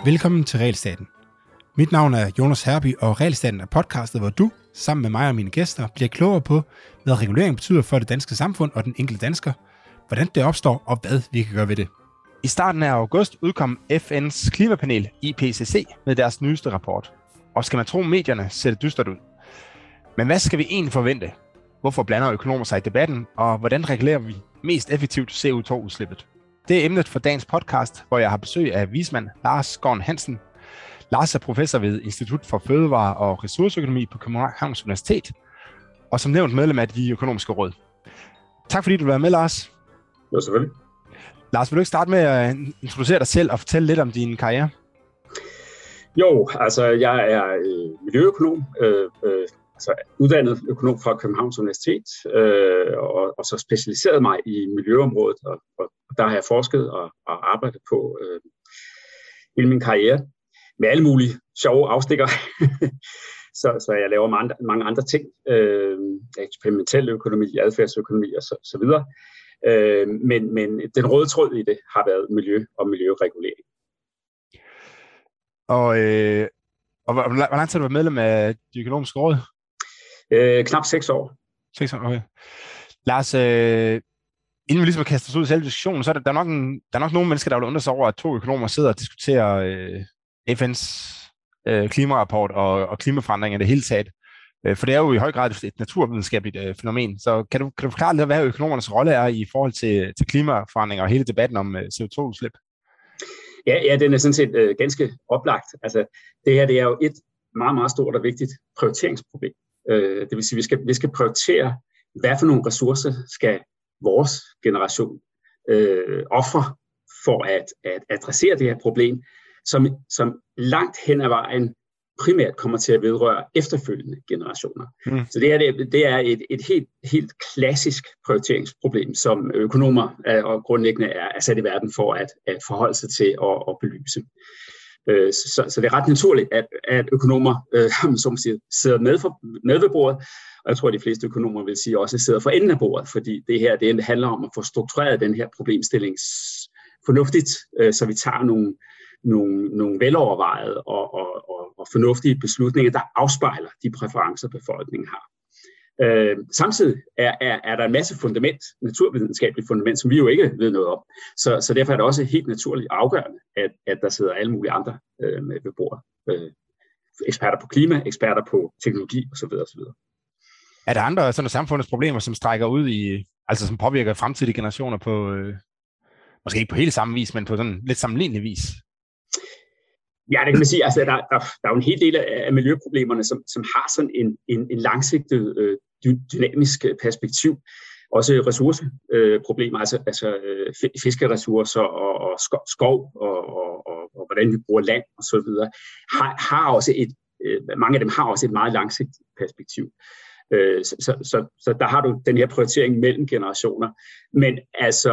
Velkommen til Realstaten. Mit navn er Jonas Herby, og Realstaten er podcastet, hvor du, sammen med mig og mine gæster, bliver klogere på, hvad regulering betyder for det danske samfund og den enkelte dansker, hvordan det opstår og hvad vi kan gøre ved det. I starten af august udkom FN's klimapanel IPCC med deres nyeste rapport. Og skal man tro medierne, ser det dystert ud. Men hvad skal vi egentlig forvente? Hvorfor blander økonomer sig i debatten, og hvordan regulerer vi mest effektivt CO2-udslippet? Det er emnet for dagens podcast, hvor jeg har besøg af vismand Lars Gorn Hansen. Lars er professor ved Institut for Fødevare- og Ressourceøkonomi på Københavns Universitet, og som nævnt medlem af De Økonomiske Råd. Tak fordi du vil være med, Lars. Jo, selvfølgelig. Lars, vil du ikke starte med at introducere dig selv og fortælle lidt om din karriere? Jo, altså jeg er miljøøkonom, altså uddannet økonom fra Københavns Universitet, og så specialiseret mig i miljøområdet, og der har jeg forsket og arbejdet på hele min karriere med alle mulige sjove afstikker. så jeg laver mange andre ting, eksperimentel økonomi, adfærdsøkonomi og så videre. Men den røde tråd i det har været miljø og miljøregulering. Og hvor lang tid har du været medlem af De Økonomiske Råd? Knap 6 år. 6 år, okay. Lars, inden vi ligesom kaster os ud i selve diskussionen, så er der er nok nogle mennesker, der vil undre sig over, at 2 økonomer sidder og diskuterer FN's klimarapport og klimaforandringer i det hele taget. For det er jo i høj grad et naturvidenskabeligt fænomen. Så kan du forklare lidt, hvad økonomernes rolle er i forhold til klimaforandringer og hele debatten om CO2-udslip? Ja, den er sådan set ganske oplagt. Altså, det her det er jo et meget, meget stort og vigtigt prioriteringsproblem. Det vil sige, vi skal prioritere, hvad for nogle ressourcer skal vores generation ofre for at adressere det her problem, som langt hen ad vejen primært kommer til at vedrøre efterfølgende generationer. Så det er et helt klassisk prioriteringsproblem, som økonomer og grundlæggende er sat i verden for at forholde sig til og belyse. Så det er ret naturligt, at økonomer som siger, sidder med ved bordet, og jeg tror, at de fleste økonomer vil sige også sidder for enden af bordet, fordi det handler om at få struktureret den her problemstilling fornuftigt, så vi tager nogle velovervejede og fornuftige beslutninger, der afspejler de præferencer, befolkningen har. Samtidig er der en masse naturvidenskabeligt fundament, som vi jo ikke ved noget om. Så derfor er det også helt naturligt afgørende, at der sidder alle mulige andre med ved bordet. Eksperter på klima, eksperter på teknologi osv. osv. Er der andre sådan samfundets problemer, som strækker ud altså som påvirker fremtidige generationer på, måske ikke på helt samme vis, men på sådan lidt sammenlignende vis? Ja, det kan man sige. Altså, der er jo en hel del af miljøproblemerne, som har sådan en langsigtet dynamisk perspektiv. Også ressourceproblemer, altså fiskeressourcer og skov og hvordan vi bruger land og så videre, har også mange af dem har også et meget langsigtet perspektiv. Så der har du den her prioritering mellem generationer. Men altså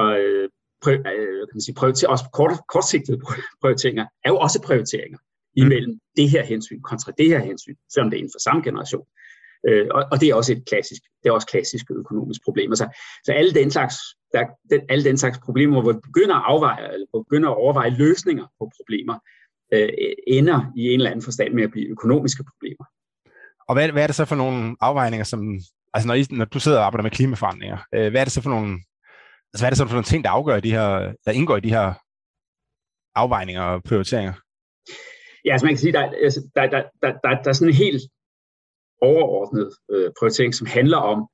også kortsigtede prioriteringer er jo også prioriteringer imellem det her hensyn kontra det her hensyn, selvom det er inden for samme generation. Og det er også klassiske økonomiske problemer. Så alle den slags problemer, hvor vi begynder at afveje eller begynder at overveje løsninger på problemer, ender i en eller anden forstand med at blive økonomiske problemer. Og hvad er det så for nogle afvejninger, som altså når du sidder og arbejder med klimaforandringer, hvad er det så for nogle ting, der indgår i de her afvejninger og prioriteringer? Ja, altså man kan sige, der er sådan en helt overordnet prioritering, som handler om,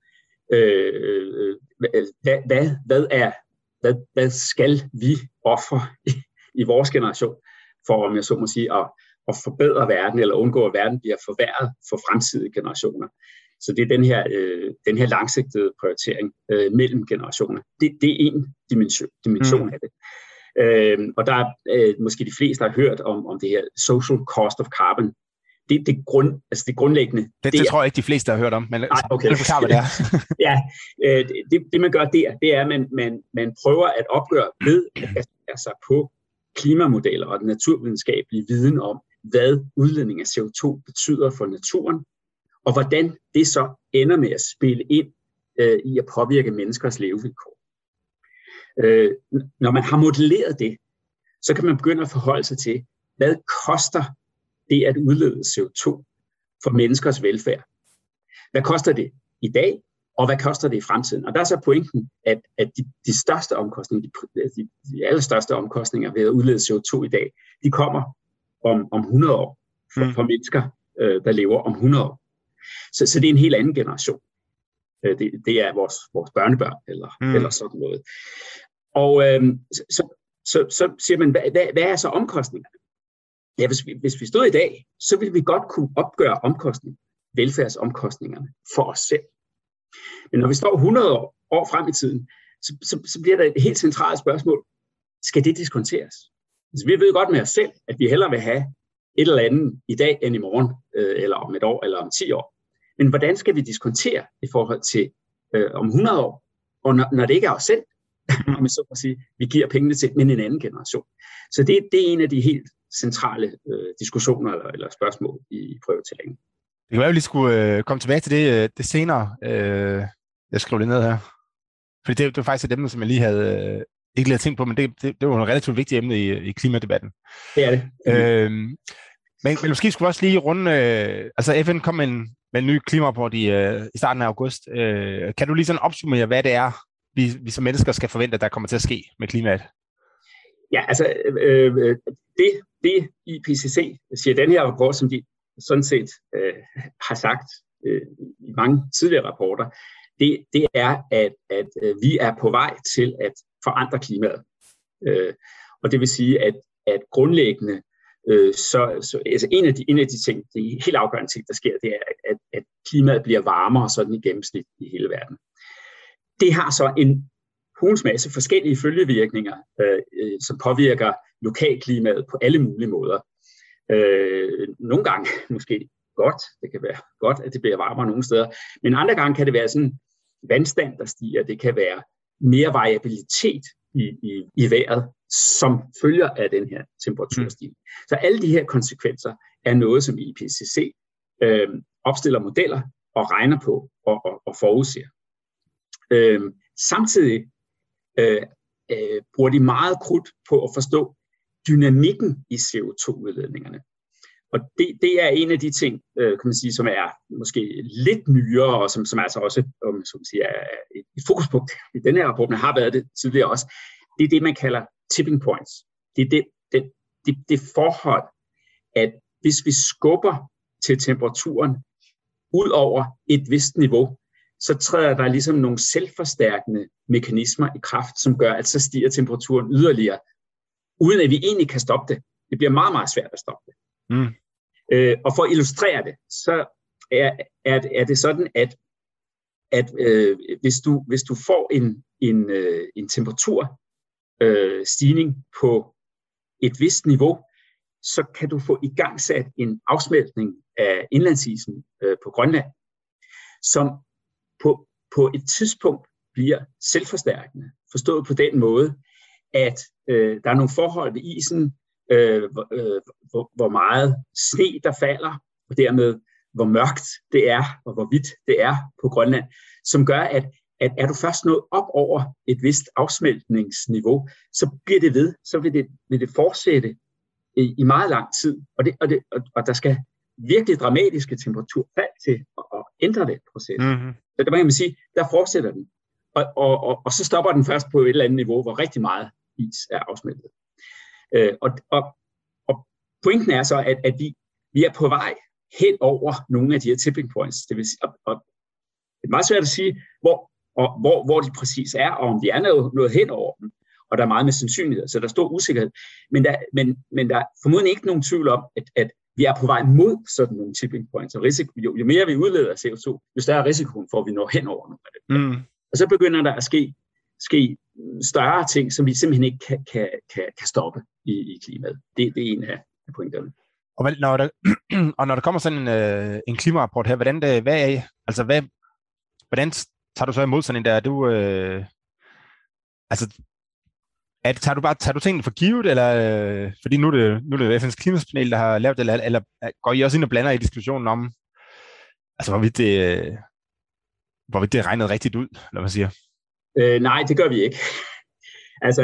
hvad skal vi ofre i vores generation, for om jeg så må sige, at forbedre verden, eller undgå, at verden bliver forværret for fremtidige generationer. Så det er den her langsigtede prioritering mellem generationer. Det er en dimension af det. Og der er måske de fleste har hørt om det her social cost of carbon. Det grundlæggende. Det tror jeg ikke de fleste har hørt om, men okay. Det er. Ja, det man gør det er, at man prøver at opgøre ved at basere sig på klimamodeller og den naturvidenskabelige viden om, hvad udledning af CO2 betyder for naturen, og hvordan det så ender med at spille ind i at påvirke menneskers levevilkår. Når man har modelleret det, så kan man begynde at forholde sig til, hvad koster det at udlede CO2 for menneskers velfærd? Hvad koster det i dag, og hvad koster det i fremtiden? Og der er så pointen, at de største omkostninger, de allerstørste omkostninger ved at udlede CO2 i dag, de kommer om 100 år for mennesker, der lever om 100 år. Så det er en helt anden generation. Det er vores børnebørn eller sådan noget. Og så siger man, hvad er så omkostningerne? Ja, hvis vi stod i dag, så ville vi godt kunne opgøre velfærdsomkostningerne for os selv. Men når vi står 100 år frem i tiden, så bliver der et helt centralt spørgsmål. Skal det diskonteres? Altså, vi ved godt med os selv, at vi hellere vil have et eller andet i dag end i morgen, eller om et år, eller om 10 år. Men hvordan skal vi diskontere i forhold til om 100 år? Og når det ikke er os selv, om så at sige, vi giver pengene til, men en anden generation. Så det er en af de helt centrale diskussioner eller spørgsmål i prøvetællingen. Det kan være, at vi lige skulle komme tilbage til det senere. Jeg skriver det ned her. Fordi det var faktisk et emne, som jeg lige havde ikke lige tænkt på, men det var et relativt vigtigt emne i klimadebatten. Det er det. Men måske skulle vi også lige runde... altså FN kom med en ny klimarapport i starten af august. Kan du lige sådan opsummere, hvad det er, vi som mennesker skal forvente, der kommer til at ske med klimaet? Ja, altså det IPCC siger den her rapport, som de sådan set har sagt i mange tidligere rapporter, det er, at vi er på vej til at forandre klimaet. Og det vil sige, at grundlæggende, altså en af de ting, de helt afgørende ting, der sker, det er, at klimaet bliver varmere sådan i gennemsnit i hele verden. Det har så en hulens masse forskellige følgevirkninger, som påvirker lokalklimaet på alle mulige måder. Nogle gange måske godt, det kan være godt, at det bliver varmere nogle steder, men andre gange kan det være sådan vandstand, der stiger, det kan være mere variabilitet i vejret, som følger af den her temperaturstigning. Så alle de her konsekvenser er noget, som IPCC opstiller modeller og regner på og forudser. Samtidig bruger de meget krudt på at forstå dynamikken i CO2-udledningerne. Og det er en af de ting, kan man sige, som er måske lidt nyere, og som altså også som siger, er et fokuspunkt i den her rapport, men har været det tidligere også. Det er det, man kalder tipping points. Det er det forhold, at hvis vi skubber til temperaturen ud over et vist niveau, så træder der ligesom nogle selvforstærkende mekanismer i kraft, som gør, at så stiger temperaturen yderligere, uden at vi egentlig kan stoppe det. Det bliver meget, meget svært at stoppe det. Og for at illustrere det, så er det sådan, at hvis du får en temperaturstigning på et vist niveau, så kan du få igangsat en afsmeltning af indlandsisen på Grønland, som på et tidspunkt bliver selvforstærkende. Forstået på den måde, at der er nogle forhold ved isen, hvor meget sne der falder, og dermed hvor mørkt det er, og hvor hvidt det er på Grønland, som gør, at er du først nået op over et vist afsmeltningsniveau, så bliver det ved, så vil det fortsætte i meget lang tid, og der skal virkelig dramatiske temperaturfald til at ændre det proces. Så der kan man sige, der fortsætter den, og så stopper den først på et eller andet niveau, hvor rigtig meget is er afsmeltet. Og pointen er så, at vi er på vej hen over nogle af de her tipping points. Det vil sige, og det er meget svært at sige, hvor de præcis er, og om de er noget hen over dem. Og der er meget med sandsynlighed, så der er stor usikkerhed. Men der er formodentlig ikke nogen tvivl om, at vi er på vej mod sådan nogle tipping points. Og jo mere vi udleder CO2, jo større risikoen for, at vi når hen over nogle af det. Og så begynder der at ske større ting, som vi simpelthen ikke kan stoppe i klimaet. Det er en af pointerne. Og når der kommer sådan en klimarapport her, hvordan tager du så imod sådan en der? Tager du tingene for givet, eller fordi nu er det FN's klimapanel, der har lavet det, eller går I også ind og blander i diskussionen om, altså hvorvidt det er regnet rigtigt ud, eller hvad man siger? Nej, det gør vi ikke. Altså,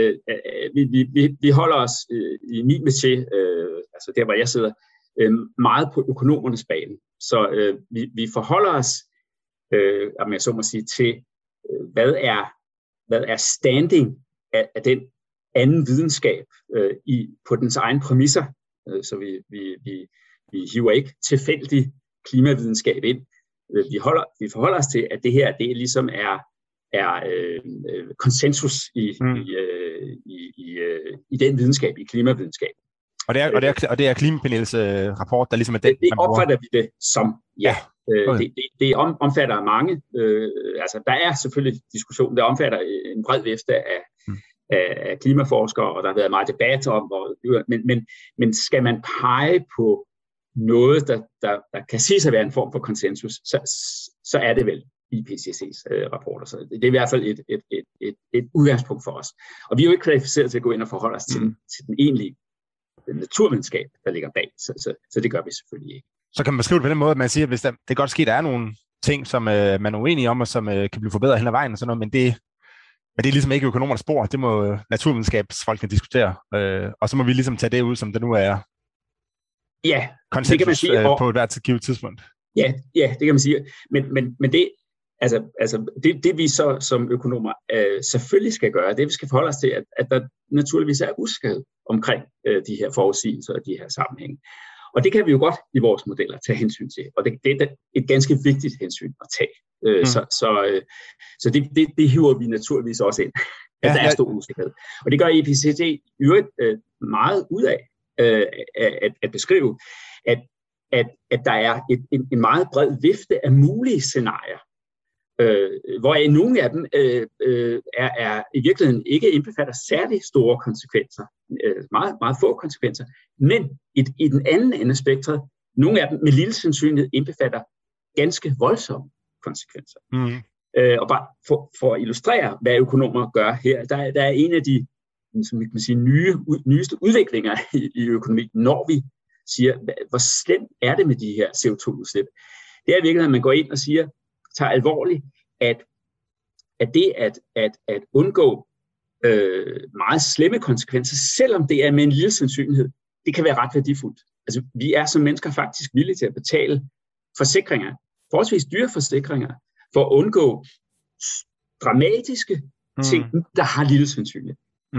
vi holder os i min métier, altså der, hvor jeg sidder, meget på økonomernes bane. Så vi forholder os, om jeg så må sige, til, hvad er standing af den anden videnskab på dens egen præmisser. Så vi hiver ikke tilfældig klimavidenskab ind. Vi forholder os til, at det her, det ligesom er konsensus i den videnskab, i klimavidenskab. Og det er klimapanelets rapport, der ligesom er den, det opfatter vi det som, ja. Okay. Det omfatter mange. Altså, der er selvfølgelig diskussion, der omfatter en bred vifte af klimaforskere, og der har været meget debat om, men skal man pege på noget, der kan siges at være en form for konsensus, så er det vel IPCC's rapporter. Så det er i hvert fald et udgangspunkt for os. Og vi er jo ikke kvalificeret til at gå ind og forholde os til den egentlige naturvidenskab, der ligger bag. Så det gør vi selvfølgelig ikke. Så kan man beskrive det på den måde, at man siger, at hvis det kan godt ske, at der er nogle ting, som man er uenige om, og som kan blive forbedret hen ad vejen, og sådan noget, men det er ligesom ikke økonomernes spor. Det må naturvidenskabsfolkene diskutere. Og så må vi ligesom tage det ud, som det nu er konsensus, det kan man sige, på et hvert givet tidspunkt. Ja, det kan man sige. Men det, det vi så som økonomer selvfølgelig skal gøre, det vi skal forholde os til, at der naturligvis er usikkerhed omkring de her forudsigelser og de her sammenhænge. Og det kan vi jo godt i vores modeller tage hensyn til. Og det er et ganske vigtigt hensyn at tage. Så det hiver vi naturligvis også ind, at der er stor usikkerhed. Og det gør IPCC i øvrigt meget ud af at beskrive, at der er en meget bred vifte af mulige scenarier, hvor nogle af dem er i virkeligheden ikke indbefatter særlig store konsekvenser, meget, meget få konsekvenser, men i den anden ende af spektret, nogle af dem med lille sandsynlighed indbefatter ganske voldsomme konsekvenser. Og bare for at illustrere, hvad økonomer gør her, der er en af de, som man kan sige, nyeste udviklinger i økonomi, når vi siger, hvor slemt er det med de her CO2-udslip. Det er i virkeligheden, at man går ind og siger, tager alvorligt, at det at undgå meget slemme konsekvenser, selvom det er med en lille sandsynlighed, det kan være ret værdifuldt. Altså, vi er som mennesker faktisk villige til at betale forsikringer, forholdsvis dyre forsikringer, for at undgå dramatiske ting, der har lille sandsynlighed.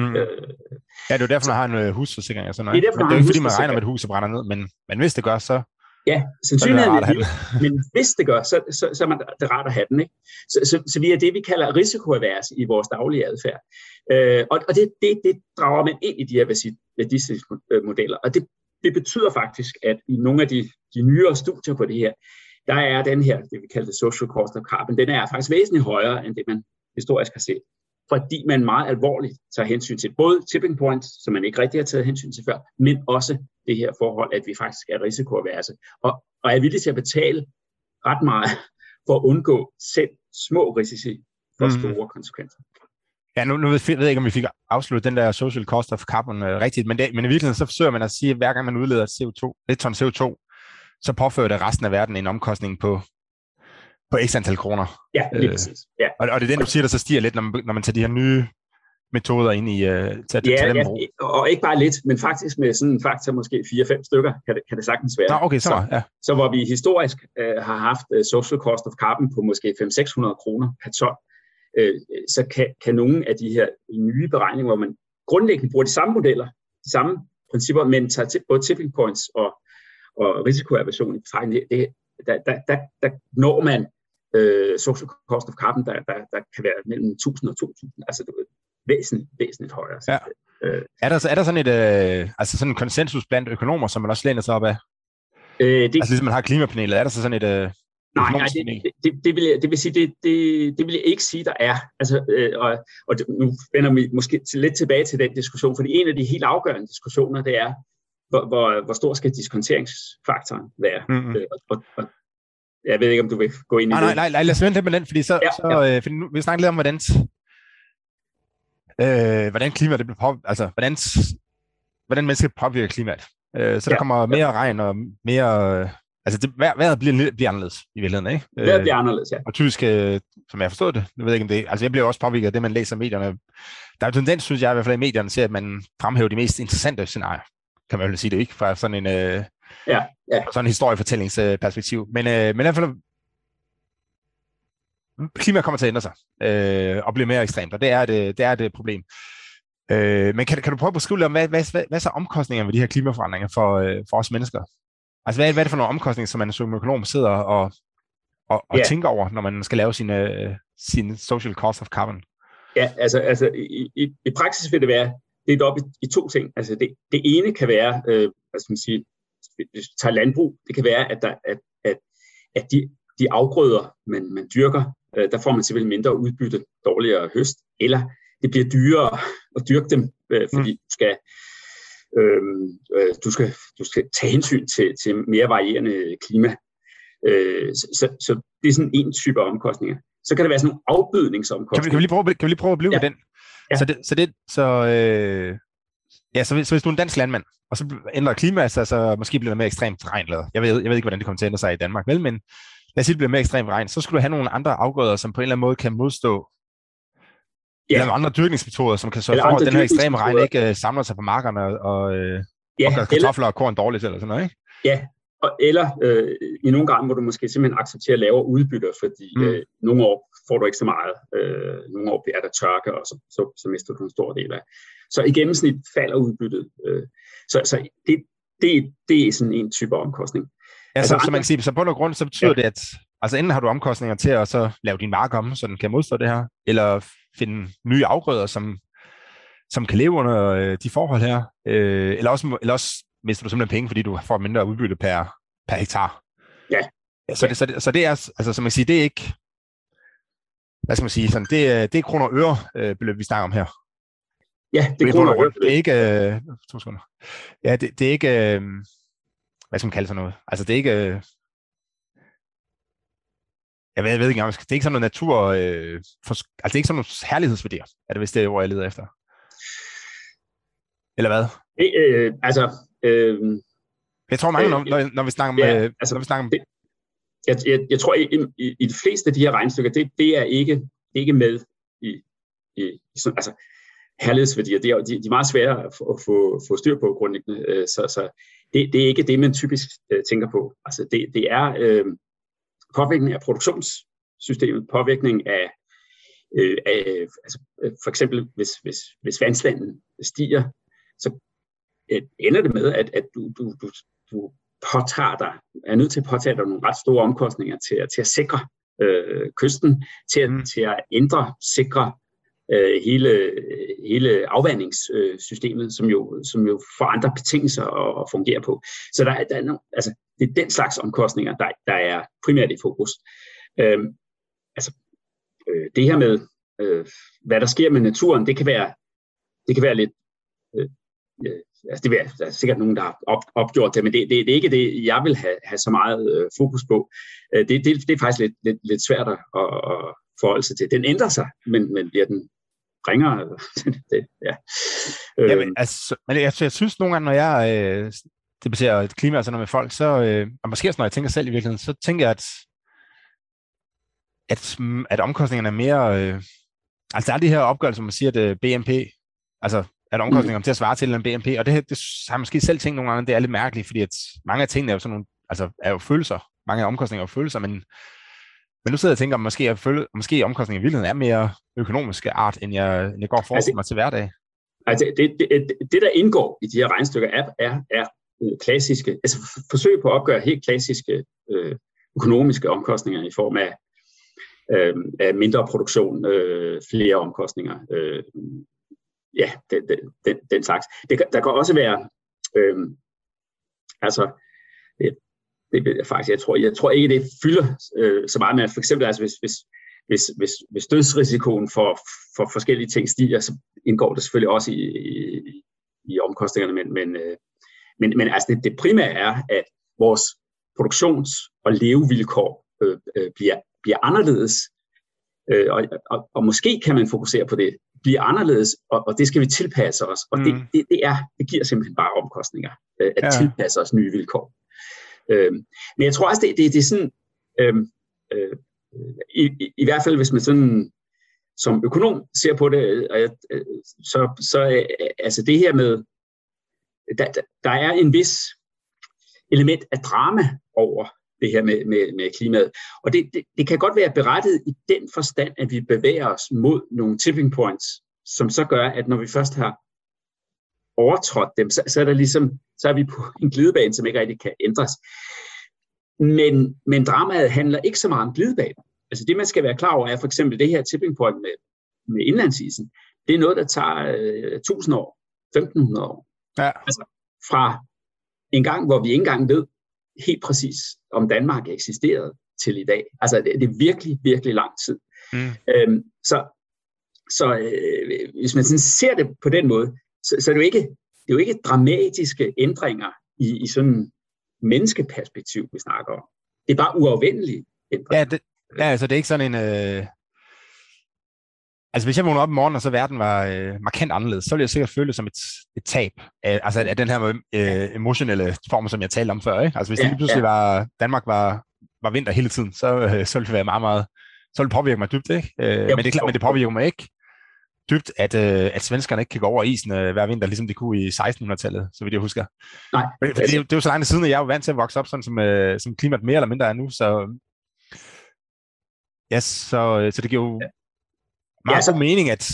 Ja, det er jo derfor, man har en husforsikring og sådan noget. Det er jo ikke, fordi man regner med, at huset brænder ned, men hvis det gør, så... Ja, sandsynligheden er lille, men hvis det gør, så er det rart at have den. Ikke? Så vi er det, vi kalder risikoavers i vores daglige adfærd. Og det drager man ind i de her værdisætningsmodeller. Og det betyder faktisk, at i nogle af de nyere studier på det her, der er den her, det vi kalder det social cost of carbon, den er faktisk væsentligt højere, end det man historisk har set. Fordi man meget alvorligt tager hensyn til både tipping points, som man ikke rigtig har taget hensyn til før, men også det her forhold, at vi faktisk er risikoaverse, og er villige til at betale ret meget for at undgå selv små risici for store konsekvenser. Ja, nu ved jeg ikke, om vi fik afsluttet den der social cost of carbon rigtigt, men i virkeligheden så forsøger man at sige, at hver gang man udleder et ton CO2, så påfører det resten af verden en omkostning på x antal kroner. Ja, lige præcis. Ja. Og det er den, du siger, der så stiger lidt, når man tager de her nye metoder ind i til at tage dem brug. Og ikke bare lidt, men faktisk med sådan en faktor, måske 4-5 stykker, kan det sagtens være. Nå, okay, så hvor vi historisk har haft social cost of carbon på måske 500-600 kroner per ton, så kan nogle af de her nye beregninger, hvor man grundlæggende bruger de samme modeller, de samme principper, men tager både tipping points og risikoaversion i betragtning, der når man social cost of carbon, der kan være mellem 1.000 og 2.000, altså det er væsentligt højere. Ja. Er der sådan sådan en konsensus blandt økonomer, som man også læner sig op af? Ligesom man har klimapanelet, er der så sådan et... Nej, det vil sige, det vil jeg ikke sige, der er. Altså, og nu vender vi måske lidt tilbage til den diskussion, fordi en af de helt afgørende diskussioner, det er, hvor stor skal diskonteringsfaktoren være? Og jeg ved ikke, om du vil gå ind i det. Nej, lad os vente lidt med den, fordi fordi nu, vi snakker lidt om, hvordan klimaet det bliver påvirket, altså hvordan mennesket påvirker klimaet. Så der kommer mere regn og mere Altså, vejret bliver anderledes i virkeligheden, ikke? Vejret bliver anderledes, ja. Og typisk, som jeg har forstået det, jeg ved ikke om det, altså jeg bliver også påvirket af det, man læser i medierne. Der er en tendens, synes jeg i hvert fald i medierne, til at man fremhæver de mest interessante scenarier, kan man vel sige det, ikke? Fra sådan en, sådan en historiefortællingsperspektiv. Men i hvert fald, klimaet kommer til at ændre sig, og blive mere ekstremt, og det er et problem. Men kan du prøve at beskrive lidt om, hvad er så omkostningerne ved de her klimaforandringer for os mennesker? Altså, hvad er det for nogle omkostninger, som man som økonom sidder og tænker over, når man skal lave sin social cost of carbon? Ja, altså i praksis vil det være delt op i to ting. Altså, det ene kan være, hvad skal man sige, hvis vi tager landbrug, det kan være, at de afgrøder, man dyrker, der får man simpelthen mindre udbytte, dårligere høst, eller det bliver dyrere at dyrke dem, fordi du skal tage hensyn til mere varierende klima. Så det er sådan en type af omkostninger. Så kan der være sådan nogle afbødningsomkostninger. Kan vi lige prøve at blive med den? Ja. Så hvis du er en dansk landmand, og så ændrer klimaet sig, så måske bliver det mere ekstremt regnladet. Jeg ved ikke, hvordan det kommer til at ændre sig i Danmark, vel, men lad os sige, det bliver mere ekstremt regn, så skulle du have nogle andre afgrøder, som på en eller anden måde kan modstå, eller nogle andre dyrkningsmetoder, som kan sørge for, at den her ekstreme regn ikke samler sig på markerne og gør kartofler og korn dårligt, eller sådan noget, ikke? Ja, eller i nogle gange må du måske simpelthen acceptere lavere udbytter, fordi nogle år får du ikke så meget. Nogle år er der tørke, og så mister du en stor del af. Så i gennemsnit falder udbyttet. Så det er sådan en type omkostning. Ja, så man kan sige, så på noget grund, så betyder det, at altså enten har du omkostninger til at så lave din mark om, så den kan modstå det her, eller finde nye afgrøder, som kan leve under de forhold her, eller også mister du simpelthen penge, fordi du får mindre udbytte per hektar. Ja. Så det er, altså som man siger, det er ikke, hvad skal man sige, sådan, det er kroner og øre beløb, vi snakker om her. Ja, det er kroner og øre. Det er ikke, 2 sekunder. Ja, det er ikke, hvad skal man kalde sådan noget? Altså det er ikke, jeg ved ikke engang, det er ikke sådan noget natur, altså det er ikke sådan nogle herlighedsværdier, er det vist det ord, jeg leder efter? Eller hvad? Jeg tror mange, når vi snakker med, når vi snakker om jeg tror, i de fleste af de her regnestykker, det er ikke med i sådan, altså herlighedsværdier. De er meget svære at få styr på grundlæggende, så det er ikke det, man typisk tænker på. Altså det er påvirkning af produktionssystemet, påvirkning af altså, for eksempel hvis vandstanden stiger, så ender det med, at du er nødt til at påtage dig nogle ret store omkostninger til at sikre kysten, til at sikre hele afvandingssystemet, som jo får andre betingelser at fungere på. Så der er altså, det er den slags omkostninger, der er primært i fokus. Det her med, hvad der sker med naturen, det kan være lidt altså der er sikkert nogen, der har opgjort det, men det er ikke det, jeg vil have så meget fokus på. Det er faktisk lidt svært at forholde sig til. Den ændrer sig, men bliver den ringere? Jamen, altså, men jeg synes nogle gange, når jeg debatterer klima og sådan noget med folk, så, og måske også når jeg tænker selv i virkeligheden, så tænker jeg, at omkostningerne er mere, altså der er de her opgørelser, som man siger, at BNP, altså at omkostningerne til at svare til en BNP, og det har jeg måske selv tænkt nogle gange, det er lidt mærkeligt, fordi at mange af tingene er jo sådan nogle, altså er jo følelser, mange af omkostninger er jo følelser, men nu sidder jeg og tænker, måske omkostningen i virkeligheden er mere økonomiske art, end jeg går og forestiller mig til hverdag. Altså det der indgår i de her regnestykker, er klassiske, altså forsøg på at opgøre helt klassiske økonomiske omkostninger i form af mindre produktion, flere omkostninger, den slags. Der kan også være, det faktisk, jeg tror ikke, det fylder så meget, men for eksempel, altså, hvis dødsrisikoen for forskellige ting stiger, så indgår det selvfølgelig også i omkostningerne, men altså det primære er, at vores produktions- og levevilkår bliver anderledes, og måske kan man fokusere på det, bliver anderledes, og det skal vi tilpasse os, og det giver simpelthen bare omkostninger, at tilpasse os nye vilkår. Men jeg tror også, det er sådan, i hvert fald hvis man sådan som økonom ser på det, så altså det her med, der er en vis element af drama over det her med klimaet. Og det kan godt være berettiget i den forstand, at vi bevæger os mod nogle tipping points, som så gør, at når vi først har overtrådt dem, så er der ligesom, så er vi på en glidebane, som ikke rigtig kan ændres. Men dramaet handler ikke så meget om glidebanen. Altså det, man skal være klar over, er for eksempel det her tipping point med indlandsisen. Det er noget, der tager 1000 år, 1500 år. Ja. Altså fra en gang, hvor vi ikke engang ved helt præcis, om Danmark eksisterede til i dag. Altså det er virkelig, virkelig lang tid. Så hvis man sådan ser det på den måde, så er det jo ikke dramatiske ændringer i sådan menneskeperspektiv, vi snakker om. Det er bare uafvendelige ændringer. Altså det er ikke sådan en... Altså hvis jeg vågner op i morgen, og så verden var markant anderledes, så ville jeg sikkert føle det som et tab af den her emotionelle form, som jeg talte om før. Ikke? Altså hvis det lige pludselig var, Danmark var vinter hele tiden, så ville det være meget, meget... Så ville det påvirke mig dybt, ikke? Men det er klart, men det påvirker mig ikke dybt, at svenskerne ikke kan gå over isen hver vinter, ligesom de kunne i 1600-tallet, så vidt jeg husker. Nej. Det er jo så langt siden, at jeg er vant til at vokse op, sådan som klimaet mere eller mindre er nu, så... Ja, så det giver jo meget god mening, at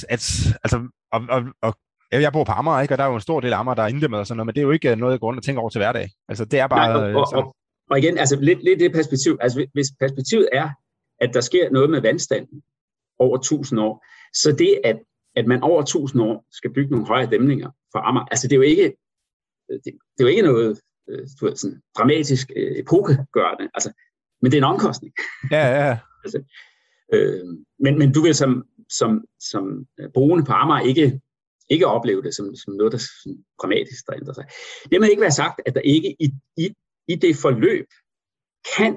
jeg bor på Amager, ikke? Og der er jo en stor del af Amager, der er inddæmmet og sådan noget, men det er jo ikke noget, jeg går rundt og tænker over til hverdag. Altså, det er bare... Og igen, altså lidt det perspektiv, altså hvis perspektivet er, at der sker noget med vandstanden over 1000 år, så det, at man over 1000 år skal bygge nogle højere dæmninger for Amager, altså det er jo ikke noget sådan dramatisk epokegørende, altså, men det er en omkostning. Ja. Altså, men du vil som boende på Amager ikke opleve det som noget, der sådan dramatisk der ændrer sig. Det må ikke være sagt, at der ikke i det forløb kan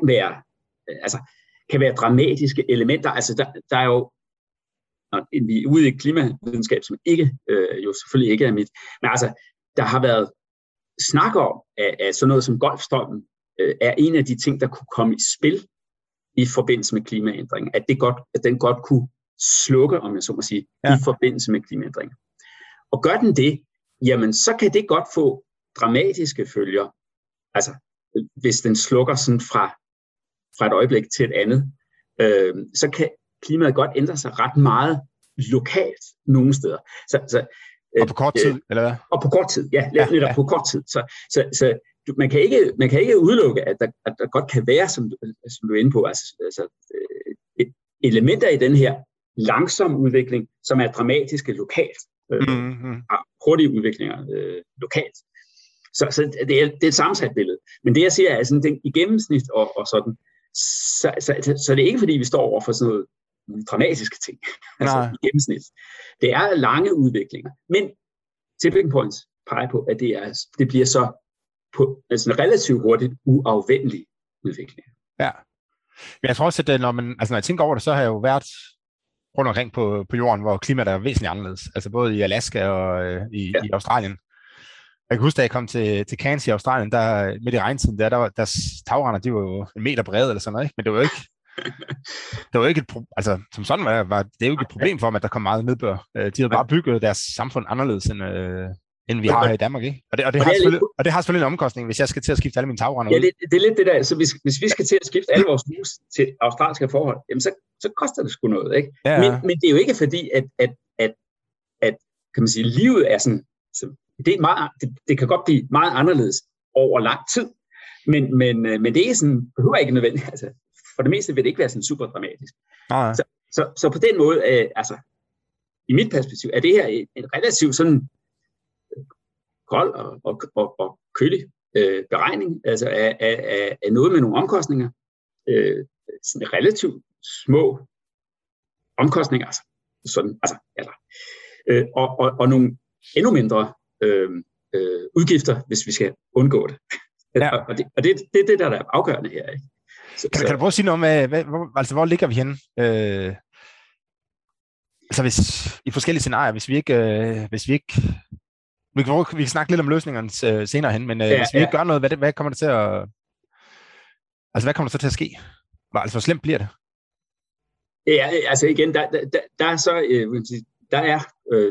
være dramatiske elementer. Altså der er jo, vi er ude i klimavidenskab, som jo selvfølgelig ikke er mit, men altså der har været snak om, at sådan noget som Golfstrømmen er en af de ting, der kunne komme i spil i forbindelse med klimaændring, at den godt kunne slukke, om jeg så må sige, i forbindelse med klimaændring. Og gør den det, jamen så kan det godt få dramatiske følger. Altså, hvis den slukker sådan fra et øjeblik til et andet, så kan klimaet godt ændre sig ret meget lokalt nogle steder. Og på kort tid, eller hvad? Og på kort tid, netop på kort tid. Så man kan ikke udelukke, at der godt kan være, som du er inde på, altså elementer i den her langsomme udvikling, som er dramatiske lokalt. Hurtige udviklinger lokalt. Så det er et sammensat billede. Men det jeg siger er sådan, i gennemsnit og sådan, så det er ikke fordi, vi står over for sådan noget dramatiske ting. Altså i gennemsnit. Det er lange udviklinger. Men tipping points peger på, at det bliver så på en relativt hurtigt uafvendelig udvikling. Ja. Men jeg tror også, at når jeg tænker over det, så har jeg jo været rundt omkring på jorden, hvor klimaet er væsentligt anderledes. Altså både i Alaska og i Australien. Jeg kan huske, da jeg kom til Cairns i Australien, der midt i regntiden, deres tagrender, de var jo 1 meter brede eller sådan noget, ikke? Men det var jo ikke som sådan var det jo ikke et problem for dem, at der kom meget nedbør. De havde bare bygget deres samfund anderledes, end vi har her i Danmark, ikke? Og det har selvfølgelig en omkostning, hvis jeg skal til at skifte alle mine tagrender ud. Det er lidt det der, altså hvis vi skal til at skifte alle vores hus til australske forhold, jamen så koster det sgu noget, ikke? Ja. Men det er jo ikke fordi, at kan man sige, livet er sådan, det kan godt blive meget anderledes over lang tid, men det er sådan, behøver ikke nødvendigt, altså for det meste vil det ikke være sådan super dramatisk. Så på den måde, altså i mit perspektiv, er det her en relativt sådan kold og kølig beregning, altså af noget med nogle omkostninger, sådan relativt små omkostninger, og nogle endnu mindre udgifter, hvis vi skal undgå det. Ja. Og det er det, der er afgørende her. Ikke? Kan du prøve at sige noget om, hvor ligger vi henne? Altså i forskellige scenarier, hvis vi ikke vi kan snakke lidt om løsningerne senere hen, men hvis vi ikke gør noget, hvad kommer det til at... Altså, hvad kommer der så til at ske? Altså, hvor slemt bliver det? Ja, altså igen, der er så, der er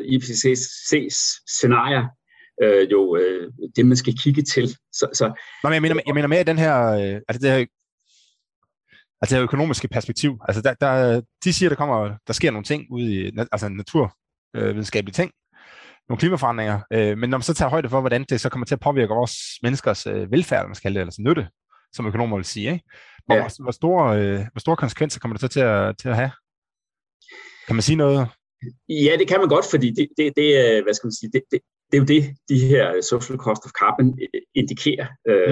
IPCC's scenarier jo det, man skal kigge til. Nå, men jeg mener mere i den her, altså det her økonomiske perspektiv. Altså, de siger, der sker nogle ting ude i, altså naturvidenskabelige ting, nogle klimaforandringer, men når man så tager højde for, hvordan det så kommer til at påvirke vores menneskers velfærd, man skal kalde det, eller nytte, som økonomer vil sige, ikke? Hvor store konsekvenser kommer det så til at have? Kan man sige noget? Ja, det kan man godt, fordi det hvad skal man sige, det er jo det, de her social cost of carbon indikerer.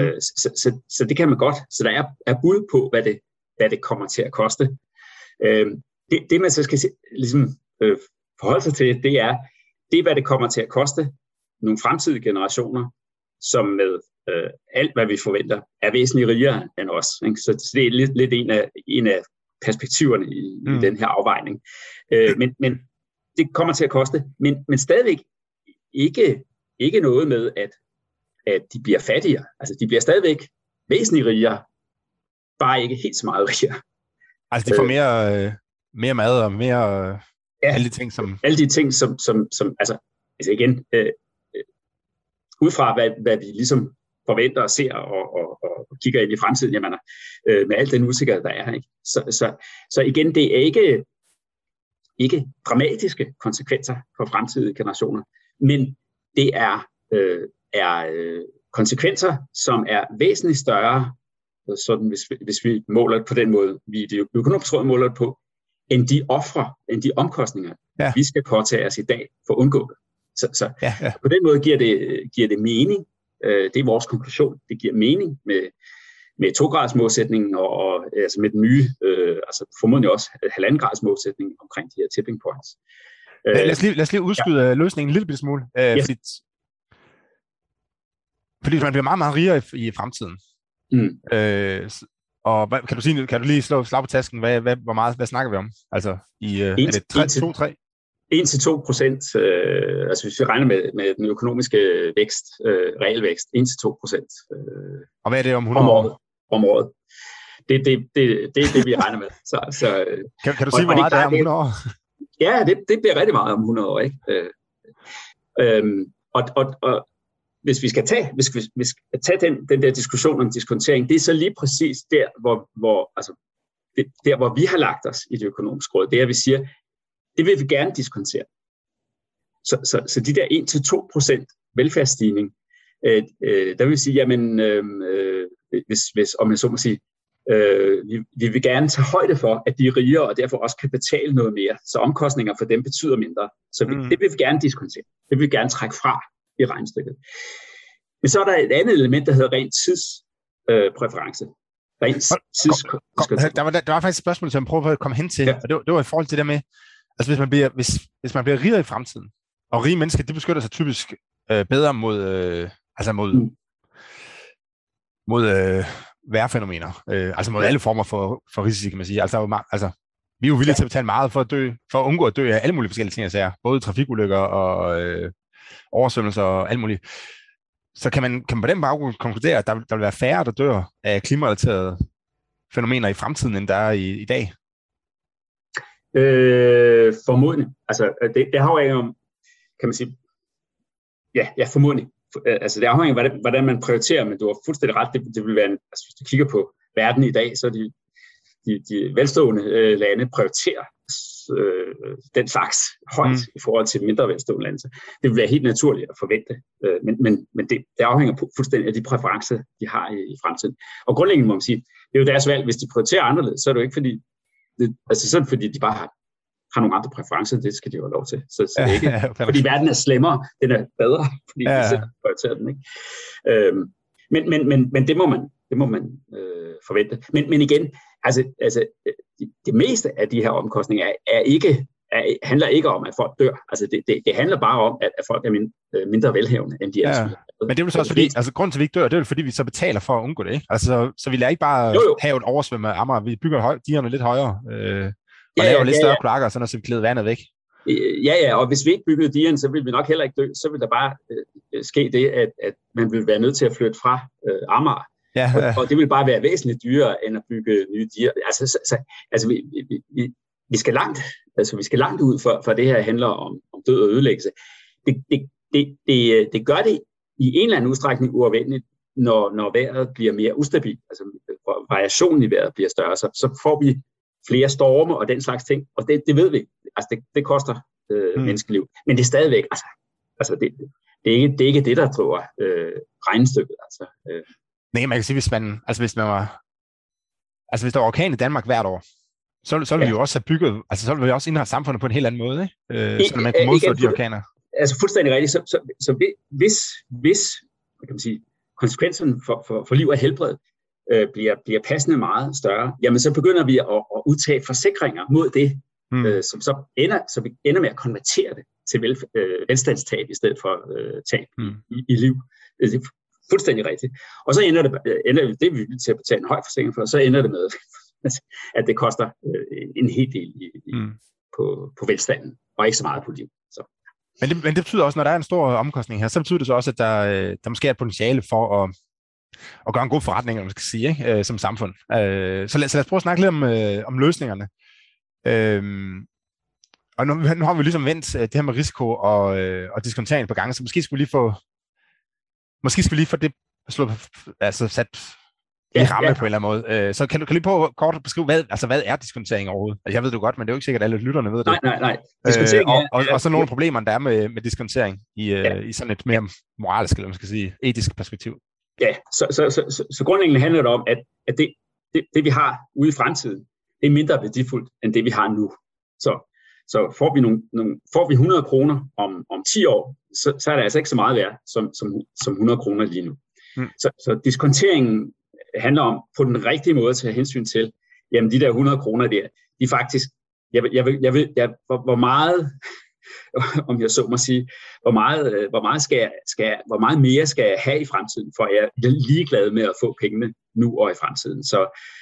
Så det kan man godt. Så der er bud på, hvad det kommer til at koste. Det man så skal ligesom forholde sig til, det er, hvad det kommer til at koste nogle fremtidige generationer, som med alt, hvad vi forventer, er væsentligt rigere end os. Ikke? Så det er lidt en af perspektiverne i den her afvejning. Men det kommer til at koste, men stadigvæk ikke noget med, at de bliver fattigere. Altså, de bliver stadigvæk væsentligt rigere, bare ikke helt så meget rigere. Altså, de får mere mad og mere alle de ting, som... Alle de ting, som altså igen, ud fra, hvad vi ligesom forventer og ser og kigger ind i fremtiden, jamen, med al den usikkerhed, der er. Ikke? Så igen, det er ikke dramatiske konsekvenser for fremtidige generationer, men det er konsekvenser, som er væsentligt større, sådan hvis vi måler det på den måde, vi i det økonomiske råd måler det på, end de omkostninger, vi skal påtage os i dag for at undgå det. Så på den måde giver det mening. Det er vores konklusion. Det giver mening med 2-graders målsætningen og altså med den nye, altså formodentlig også 1,5-graders målsætning omkring de her tipping points. Lad os lige udskyde løsningen en lille smule, fordi man bliver meget, meget rigere i fremtiden. Og kan du lige slå slag på tasken, hvad snakker vi om? Altså er det 2-3? 1-2%, altså hvis vi regner med den økonomiske vækst, realvækst, 1-2%. Og hvad er det om 100 år? Om året. Det er det, vi regner med. Så, kan du sige, hvor meget det er om 100 år? Ja, det bliver rigtig meget om 100 år. Ikke? Og hvis vi skal tage den der diskussion om diskontering, det er så lige præcis der, hvor vi har lagt os i det økonomiske råd. Det er, at vi siger, det vil vi gerne diskontere. Så de der 1-2% velfærdsstigning, der vil sige, jamen, hvis om jeg så må sige, vi vil gerne tage højde for, at de er rigere, og derfor også kan betale noget mere, så omkostninger for dem betyder mindre. Så det vil vi gerne diskontere. Det vil vi gerne trække fra i regnestykket. Men så er der et andet element, der hedder rent tidspræference. Der var faktisk et spørgsmål, som jeg prøver at komme hen til, og det var i forhold til det med, altså hvis man bliver rigere i fremtiden, og rige mennesker, de beskytter sig typisk bedre mod vejrfænomener, altså mod alle former for risici, kan man sige. Altså vi er jo villige til at betale meget for at undgå at dø af alle mulige forskellige ting, altså, både trafikulykker og oversvømmelser og alt muligt. Så kan man på den baggrund konkludere, at der vil være færre, der dør af klimarelaterede fænomener i fremtiden, end der er i dag? Formodentlig. Altså, det afhænger om, kan man sige, ja, formodentlig. Altså, det afhænger af, hvordan man prioriterer, men du har fuldstændig ret. Det vil være, altså, hvis du kigger på verden i dag, så er de velstående lande prioriterer den slags højt i forhold til mindre velstående lande. Så det vil være helt naturligt at forvente, men det afhænger fuldstændig af de præferencer, de har i fremtiden. Og grundlæggende må man sige, det er jo deres valg. Hvis de prioriterer anderledes, så er det jo ikke fordi de bare har nogle andre præferencer, det skal de jo have lov til. Så det er ikke, fordi verden er slemmere, den er bedre, fordi de selv prioriterer den. Ikke? Men det må man forvente. Men igen, altså det meste af de her omkostninger handler ikke om, at folk dør. Altså det handler bare om, at folk er mindre velhavende, end de er. Men det er jo så også fordi, altså grunden til, at vi ikke dør, det er jo fordi, vi så betaler for at undgå det, ikke? Altså så vi lader ikke bare have et oversvømme af Amager, vi bygger digerne lidt højere, og laver lidt større kloakker, sådan så vi klæder vandet væk. Ja, og hvis vi ikke byggede digerne, så ville vi nok heller ikke dø. Så ville der bare ske det, at man ville være nødt til at flytte fra Amager. Ja. Og det vil bare være væsentligt dyrere, end at bygge nye diger. Altså vi skal langt, vi skal langt ud, for det her handler om død og ødelæggelse. Det gør det i en eller anden udstrækning uafvendeligt, når vejret bliver mere ustabilt, altså variationen i vejret bliver større, så får vi flere storme og den slags ting, og det ved vi. Altså det koster menneskeliv, men det er stadigvæk, det er ikke det, der driver regnestykket. Nej, man kan sige, hvis der var orkan i Danmark hvert år, så ville vi jo også have bygget, så ville vi også indrette samfundet på en helt anden måde, ikke? Så man kunne modstå de orkaner. Altså fuldstændig rigtigt. Så hvis kan man sige, konsekvenserne for liv og helbred bliver passende meget større, jamen så begynder vi at udtage forsikringer mod det, så vi ender med at konvertere det til velstandstab i stedet for tab i liv. Det er fuldstændig rigtigt. Og så ender det vi vil til at betale en høj forsikring for, så ender det med, at det koster en hel del på velstanden, og ikke så meget på liv. Men det betyder også, når der er en stor omkostning her, så betyder det så også, at der måske er et potentiale for at gøre en god forretning, man skal sige, ikke? Som samfund. Så lad os prøve at snakke lidt om løsningerne. Og nu har vi ligesom vendt det her med risiko og diskontering på gange, så måske skal vi lige få det sat i ramme på en eller anden måde. Så kan du lige på kort at beskrive, hvad er diskontering overhovedet? Altså, jeg ved det godt, men det er jo ikke sikkert, at alle lytterne ved det. Nej. Og så nogle af problemerne, der er med diskontering i sådan et mere moralisk, eller man skal sige, etisk perspektiv. Ja, så grundlæggende handler det om, at det vi har ude i fremtiden, det er mindre værdifuldt, end det vi har nu. Så får vi 100 kroner om 10 år, så er det altså ikke så meget værd som 100 kroner lige nu. Så diskonteringen handler om på den rigtige måde at tage hensyn til, jamen de der 100 kroner der, de er faktisk, hvor meget, om jeg så må sige, hvor meget mere skal jeg have i fremtiden, for jeg er ligeglad med at få pengene nu og i fremtiden. Så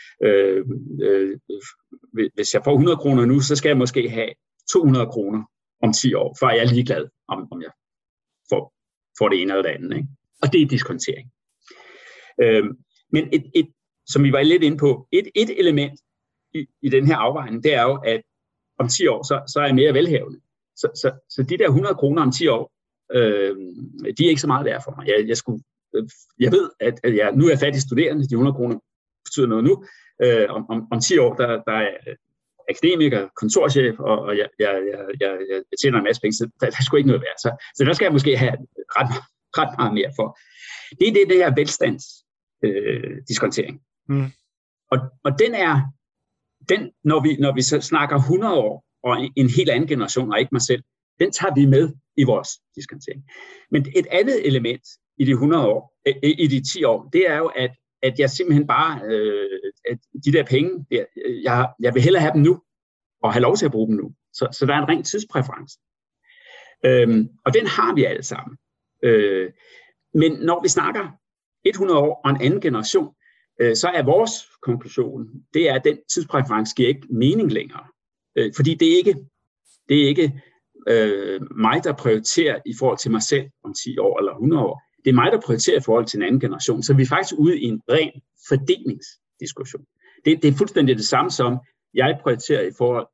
hvis jeg får 100 kroner nu, så skal jeg måske have 200 kroner om 10 år, for jeg er ligeglad, om jeg får det ene eller det andet. Ikke? Og det er diskontering. Men som vi var lidt inde på, et element i den her afvejning, det er jo, at om 10 år, så er jeg mere velhavende. Så de der 100 kroner om 10 år, de er ikke så meget værd for mig. Jeg ved, at jeg nu er fattig studerende, de 100 kroner betyder noget nu. Om 10 år, der er akademiker, kontorchef, og jeg tjener en masse penge, så der er sgu ikke noget værd. Så der skal jeg måske have ret meget mere for. Det er det her velstandsdiskontering. Og den når vi så snakker 100 år, og en helt anden generation, og ikke mig selv, den tager vi med i vores diskontering. Men et andet element i de 100 år, i de 10 år, det er jo, at jeg simpelthen bare, at de der penge, jeg vil hellere have dem nu, og have lov til at bruge dem nu. Så der er en ren tidspræference. Og den har vi alle sammen. Men når vi snakker 100 år og en anden generation, så er vores konklusion, det er, at den tidspræference giver ikke mening længere. Fordi det er ikke mig, der prioriterer i forhold til mig selv om 10 år eller 100 år. Det er mig, der prioriterer i forhold til en anden generation. Så vi er faktisk ude i en ren fordelingsdiskussion. Det er fuldstændig det samme som, jeg prioriterer i forhold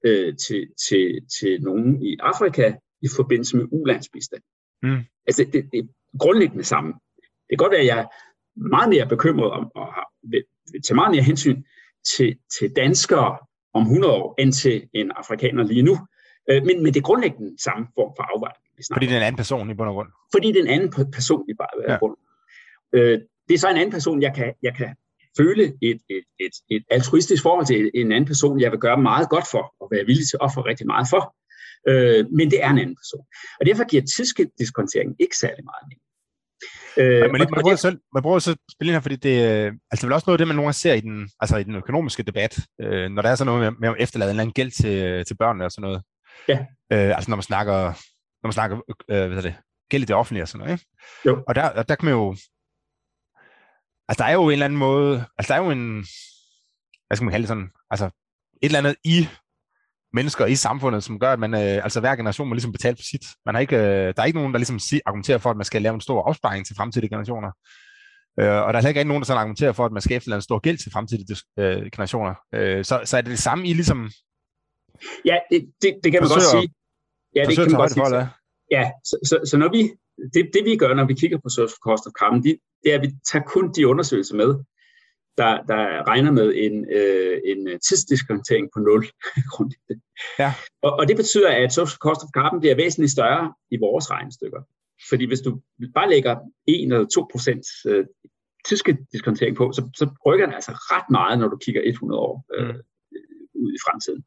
til nogen i Afrika i forbindelse med ulandsbistand. Altså, det er grundlæggende samme. Det kan godt være, at jeg er meget mere bekymret om, og vil tage meget mere hensyn til danskere om 100 år, end til en afrikaner lige nu. Men det er grundlæggende samme form for afvejning. Fordi det er en anden person i bund og grund. Fordi det er en anden person i bund. Det er så en anden person, jeg kan føle et altruistisk forhold til en anden person, jeg vil gøre meget godt for, og være villig til at ofre rigtig meget for. Men det er en anden person. Og derfor giver tidskonteringen ikke særlig meget mening. Man prøver så at spille ind her, fordi det er vel også noget af det, man nogle gange ser i den økonomiske debat, når der er sådan noget med at efterlade en eller anden gæld til børnene og sådan noget. Ja. Altså når man snakker gæld i det offentlige og sådan noget, ikke? Jo. Og der kan man jo, altså der er jo en eller anden måde, altså der er jo en, hvad skal man kalde det sådan, altså et eller andet i mennesker i samfundet, som gør, at man, altså hver generation må ligesom betale for sit. Der er ikke nogen, der ligesom argumenterer for, at man skal lave en stor opsparing til fremtidige generationer. Og der er heller ikke nogen, der sådan argumenterer for, at man skal efterlade en stor gæld til fremtidige generationer. Så er det det samme, I ligesom... Ja, det kan man godt sige. Ja, det kan man godt sige. Ja, så når det vi gør, når vi kigger på social cost of carbon, det er, at vi tager kun de undersøgelser med, der regner med en tidsdiskontering på 0. Ja. Og det betyder, at social cost of carbon bliver væsentligt større i vores regnestykker. Fordi hvis du bare lægger 1 eller 2% tyske diskontering på, så rykker den altså ret meget, når du kigger 100 år ud i fremtiden.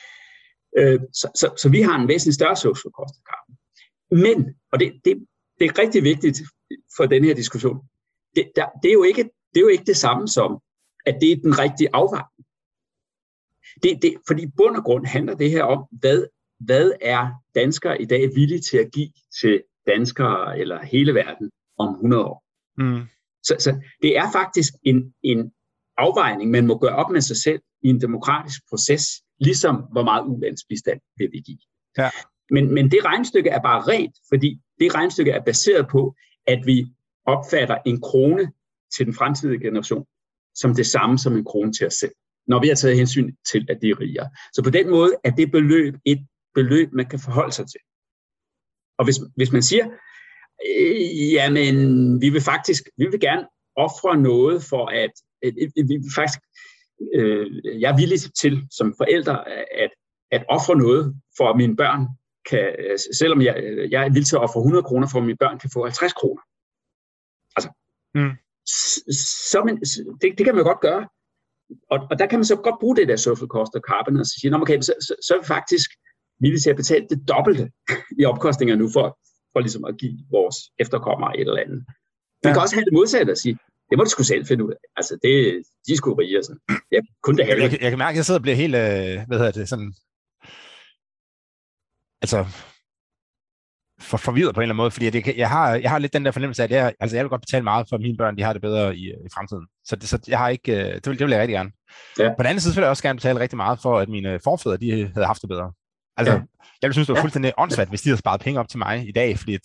Så vi har en væsentligt større social cost of carbon. Men, og det er rigtig vigtigt for den her diskussion, det er jo ikke det samme som, at det er den rigtige afvejning. Fordi i bund og grund handler det her om, hvad er danskere i dag villige til at give til danskere eller hele verden om 100 år. Så det er faktisk en afvejning, man må gøre op med sig selv i en demokratisk proces, ligesom hvor meget ulandsbistand vil vi give. Ja. Men det regnestykke er bare rent, fordi det regnestykke er baseret på, at vi opfatter en krone til den fremtidige generation som det samme som en krone til os selv, når vi har taget hensyn til, at de er rigere. Så på den måde er det beløb et beløb, man kan forholde sig til. Og hvis man siger, jamen, vi vil gerne ofre noget for at, vi vil faktisk, jeg er villig til som forældre at ofre noget for at mine børn kan, selvom jeg er villig til at ofre 100 kroner for at mine børn kan få 50 kroner. Altså, det kan man godt gøre. Og der kan man så godt bruge det der social cost of carbon og sige, okay, så er vi faktisk villige til at betale det dobbelte i omkostninger nu for ligesom at give vores efterkommere et eller andet. Man kan også have det modsatte og sige, det må du sgu selv finde ud af. Altså, de er sgu rige og sådan. Det er kun det halve. Jeg kan mærke, at jeg sidder og bliver helt, sådan... Altså... forvirret på en eller anden måde, fordi jeg har lidt den der fornemmelse af, at jeg vil godt betale meget for, at mine børn de har det bedre i fremtiden. Så jeg har ikke... Det vil jeg rigtig gerne. Ja. På den anden side vil jeg også gerne betale rigtig meget for, at mine forfædre de havde haft det bedre. Altså, jeg ville synes, det var fuldstændig åndssvagt, hvis de havde sparet penge op til mig i dag, fordi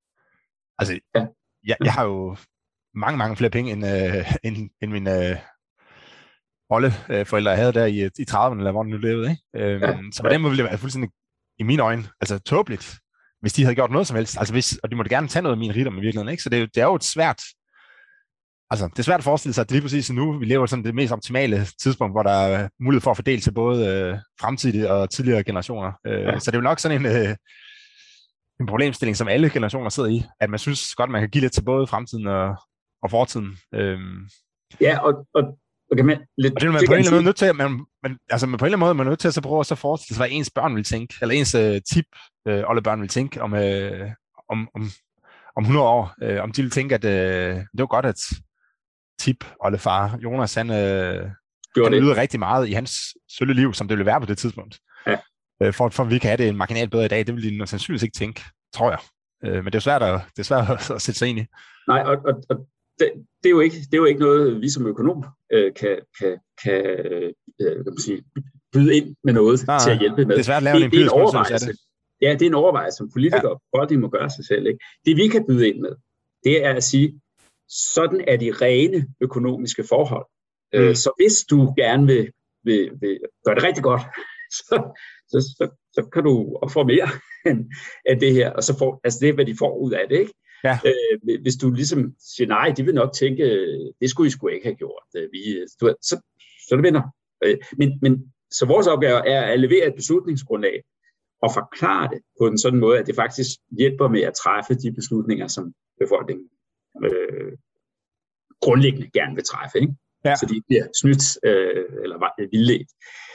jeg har jo mange flere penge, end mine oldeforældre havde der i 30'erne, eller hvor de nu levede. Ikke? Så på den måde ville det være fuldstændig, i mine øjne, altså tåbeligt, hvis de havde gjort noget som helst. Altså og de måtte gerne tage noget af min rigdom i virkeligheden. Ikke? Så det er jo et svært... Altså, det er svært at forestille sig, at det lige præcis nu, vi lever sådan det mest optimale tidspunkt, hvor der er mulighed for at fordele til både fremtidige og tidligere generationer. Så det er jo nok sådan en problemstilling, som alle generationer sidder i, at man synes godt, man kan give lidt til både fremtiden og fortiden. Ja, og kan man lidt... Og det er man på en eller anden måde nødt til, på en eller anden måde er man nødt til at så prøve at så forestille sig, hvad ens børn vil tænke, eller ens oldebørn vil tænke om 100 år. Om de vil tænke, at det var godt, at oldefar Jonas, han yder rigtig meget i hans sølle liv, som det ville være på det tidspunkt. Ja. For at vi kan have det marginalt bedre i dag, det vil de sandsynligvis ikke tænke, tror jeg. Men det er svært at sætte sig ind i. Nej, og det er jo ikke noget, vi som økonom kan man sige, byde ind med noget til at hjælpe med. Det er svært at lave en empirisk overvejelse. Ja, det er en overvejelse, som politikere og de må gøre sig selv. Ikke? Det vi kan byde ind med, det er at sige, sådan er de rene økonomiske forhold. Så hvis du gerne vil gøre det rigtig godt, så kan du få mere end det her, og så får, altså det er, hvad de får ud af det, ikke? Ja. Hvis du ligesom siger, nej, de vil nok tænke, det skulle I sgu ikke have gjort. Så det vinder. Men så vores opgave er at levere et beslutningsgrundlag og forklare det på en sådan måde, at det faktisk hjælper med at træffe de beslutninger, som befolkningen grundlæggende gerne vil træffe, ikke? Ja. Så de bliver snydt eller vildledt.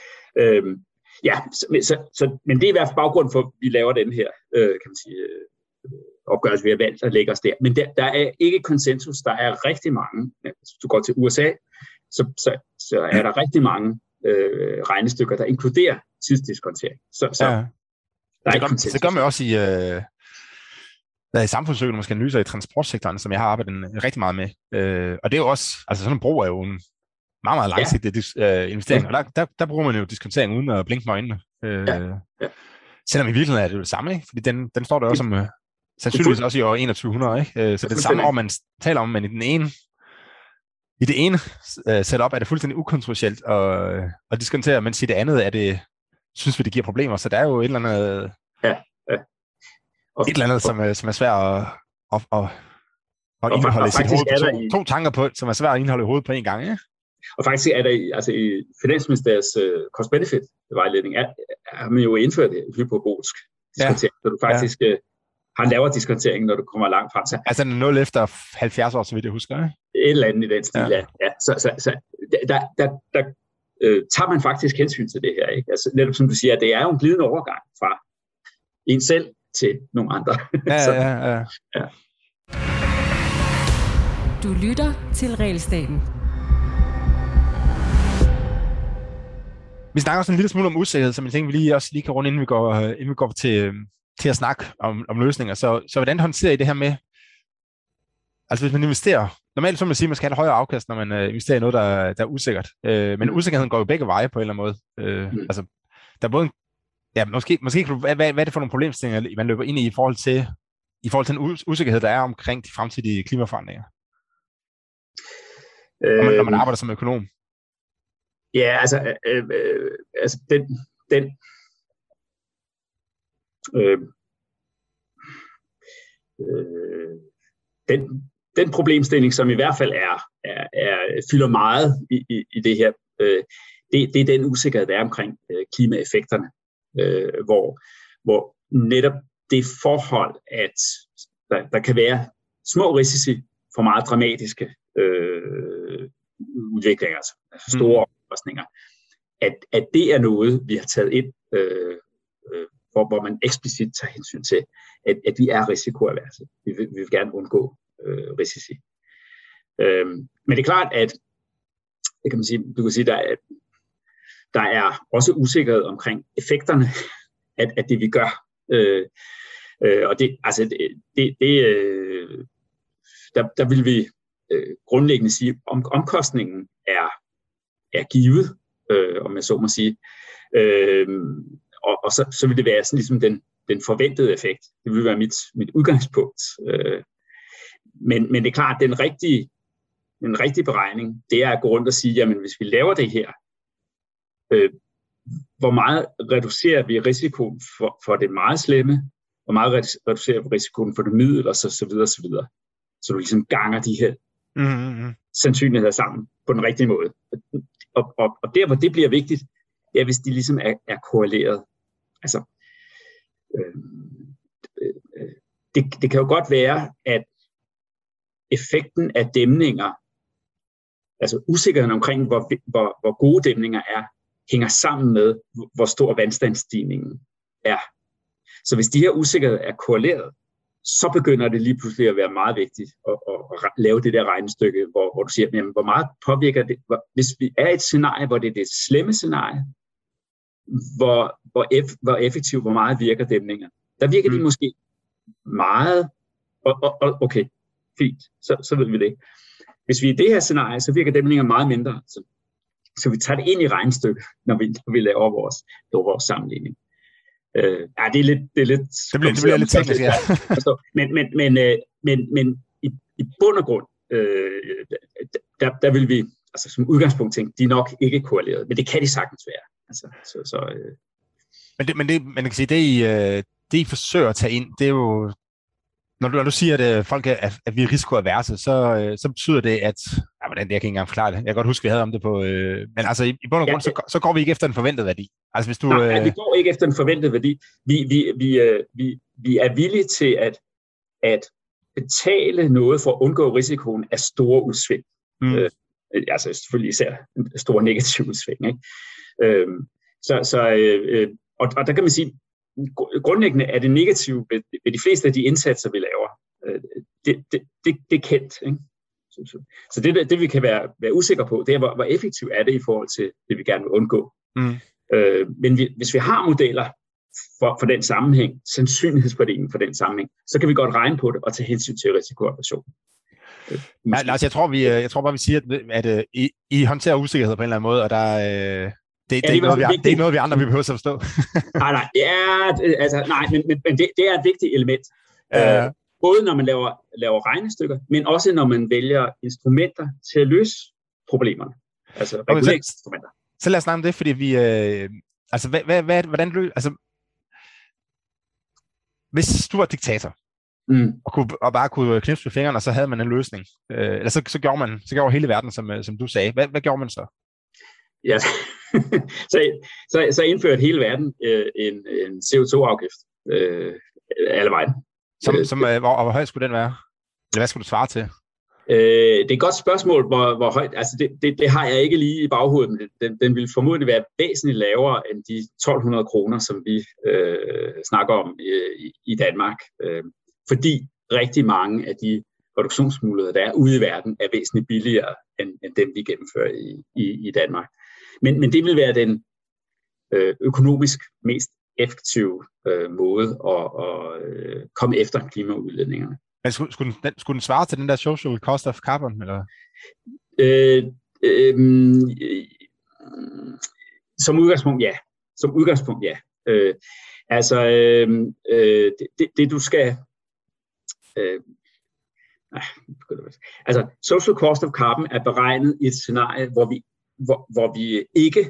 Men det er i hvert fald baggrund for, at vi laver den her, kan man sige, opgørelse, vi har valgt at lægge os der. Men der er ikke konsensus. Der er rigtig mange. Hvis du går til USA, så er der rigtig mange regnestykker, der inkluderer tidsdiskontering. Det gør man også i samfundsøkonomiske analyser i transportsektoren, som jeg har arbejdet rigtig meget med. Og det er jo også, altså sådan en bro er jo en meget, meget langsigtet investering, og der bruger man jo diskontering uden at blinke med øjnene. Selvom i virkeligheden er det jo det samme, ikke? Fordi den står der også som sandsynligvis også i år 2100, ikke? Så det er det samme år, man taler om, men i den ene i det ene setup er det fuldstændig ukontroversielt at diskontere, mens i det andet er det, synes vi, det giver problemer. Så der er jo et eller andet, et eller andet som er svært at indeholde i sit hoved på to tanker på, som er svært at indeholde i hovedet på en gang, ikke? Og faktisk er der, altså i Finansministeriets cost-benefit-vejledning, har man jo indført det hyperbolisk diskontering, så du faktisk har en lavere diskontering, når du kommer langt frem. Altså 0 efter 70 år, så vidt jeg husker, ikke? Et eller andet i den stil, ja. Så der tager man faktisk hensyn til det her, ikke? Altså netop som du siger, det er jo en glidende overgang fra en selv til nogle andre. Ja. Du lytter til Realstaten. Vi snakker også en lille smule om usikkerhed, som jeg tænker, vi lige kan runde, inden vi går til at snakke om løsninger. Så hvordan håndterer I det her med, altså hvis man investerer, normalt så man sige, at man skal have et højere afkast, når man investerer i noget, der er usikkert. Men usikkerheden går jo begge veje på en eller anden måde. Altså, der er både måske hvad er det for nogle problemstillinger, man løber ind i forhold til den usikkerhed, der er omkring de fremtidige klimaforandringer? Når man arbejder som økonom. Ja, altså den problemstilling, som i hvert fald fylder meget i det her, det er den usikkerhed, der er omkring klimaeffekterne, hvor netop det forhold, at der kan være små risici for meget dramatiske udviklinger, altså store omkostninger, at det er noget, vi har taget ind, hvor man eksplicit tager hensyn til, at vi er risikoaverse. Vi vil gerne undgå risici. Men det er klart, at du kan sige, der er også usikkerhed omkring effekterne af det, vi gør. Og der vil vi grundlæggende sige, om omkostningen er givet, om jeg så må sige. Og så vil det være sådan ligesom den forventede effekt. Det vil være mit udgangspunkt. Men det er klart, at den rigtige beregning, det er at gå rundt og sige, jamen hvis vi laver det her, hvor meget reducerer vi risikoen for det meget slemme, hvor meget reducerer vi risikoen for det middel, og så videre, så videre. Så du ligesom ganger de her sandsynligheder sammen på den rigtige måde. Og der, hvor det bliver vigtigt, det er, hvis de ligesom er korreleret. Altså, det kan jo godt være, at effekten af dæmninger, altså usikkerheden omkring, hvor gode dæmninger er, hænger sammen med, hvor stor vandstandsstigningen er. Så hvis de her usikkerheder er korreleret, så begynder det lige pludselig at være meget vigtigt at lave det der regnestykke, hvor du siger, jamen, hvor meget påvirker det, hvis vi er i et scenarie, hvor det er det slemme scenarie, hvor effektivt, hvor meget virker dæmninger. Der virker de måske meget, okay, fint, så ved vi det. Hvis vi er i det her scenarie, så virker dæmninger meget mindre, så vi tager det ind i regnestykket, når vi laver vores sammenligning. Det bliver lidt teknisk, ja. Men i bund og grund, der vil vi altså som udgangspunkt tænke, de er nok ikke korreleret, men det kan de sagtens være. Altså, Men kan sige, det I forsøger at tage ind, det er jo, når du siger, at folk at vi er risikoaverse, så betyder det, at jeg kan ikke engang forklare det. Jeg kan godt huske, vi havde om det på, men altså i bund og grund, så går vi ikke efter en forventet værdi. Altså hvis du vi går ikke efter en forventet værdi. Vi er villige til at betale noget for at undgå risikoen af store udsving. Altså selvfølgelig især store negative udsving, ikke? Og der kan man sige, grundlæggende er det negative ved de fleste af de indsatser, vi laver. Det er kendt, ikke? Så det vi kan være usikre på, det er, hvor effektivt er det i forhold til det, vi gerne vil undgå. Men hvis vi har modeller for den sammenhæng, sandsynlighedsfordelingen for den sammenhæng, så kan vi godt regne på det og tage hensyn til risikoaversion. Lars, jeg tror bare, vi siger, at I håndterer usikkerhed på en eller anden måde, og der det er ikke noget, vi andre vi behøver at forstå. Nej, men det er et vigtigt element. Både når man laver regnestykker, men også når man vælger instrumenter til at løse problemerne. Altså reguleringsinstrumenter. Så lad os snakke om det, fordi vi... hvordan hvis du var diktator, og bare kunne knipse med fingrene, og så havde man en løsning, eller så gjorde hele verden, som du sagde. Hvad gjorde man så? Ja, så indførte hele verden en CO2-afgift alle vejen. Hvor høj skulle den være? Eller hvad skulle du svare til? Det er et godt spørgsmål, hvor højt. Altså det har jeg ikke lige i baghovedet. Den vil formodentlig være væsentligt lavere end de 1.200 kroner, som vi snakker om i Danmark. Fordi rigtig mange af de reduktionsmuligheder, der er ude i verden, er væsentligt billigere end dem, vi gennemfører i Danmark. Men det vil være den økonomisk mest effektive måde at komme efter klimaudledningerne. Men skulle den svare til den der social cost of carbon? Eller? Som udgangspunkt, ja. Det du skal... social cost of carbon er beregnet i et scenarie, hvor vi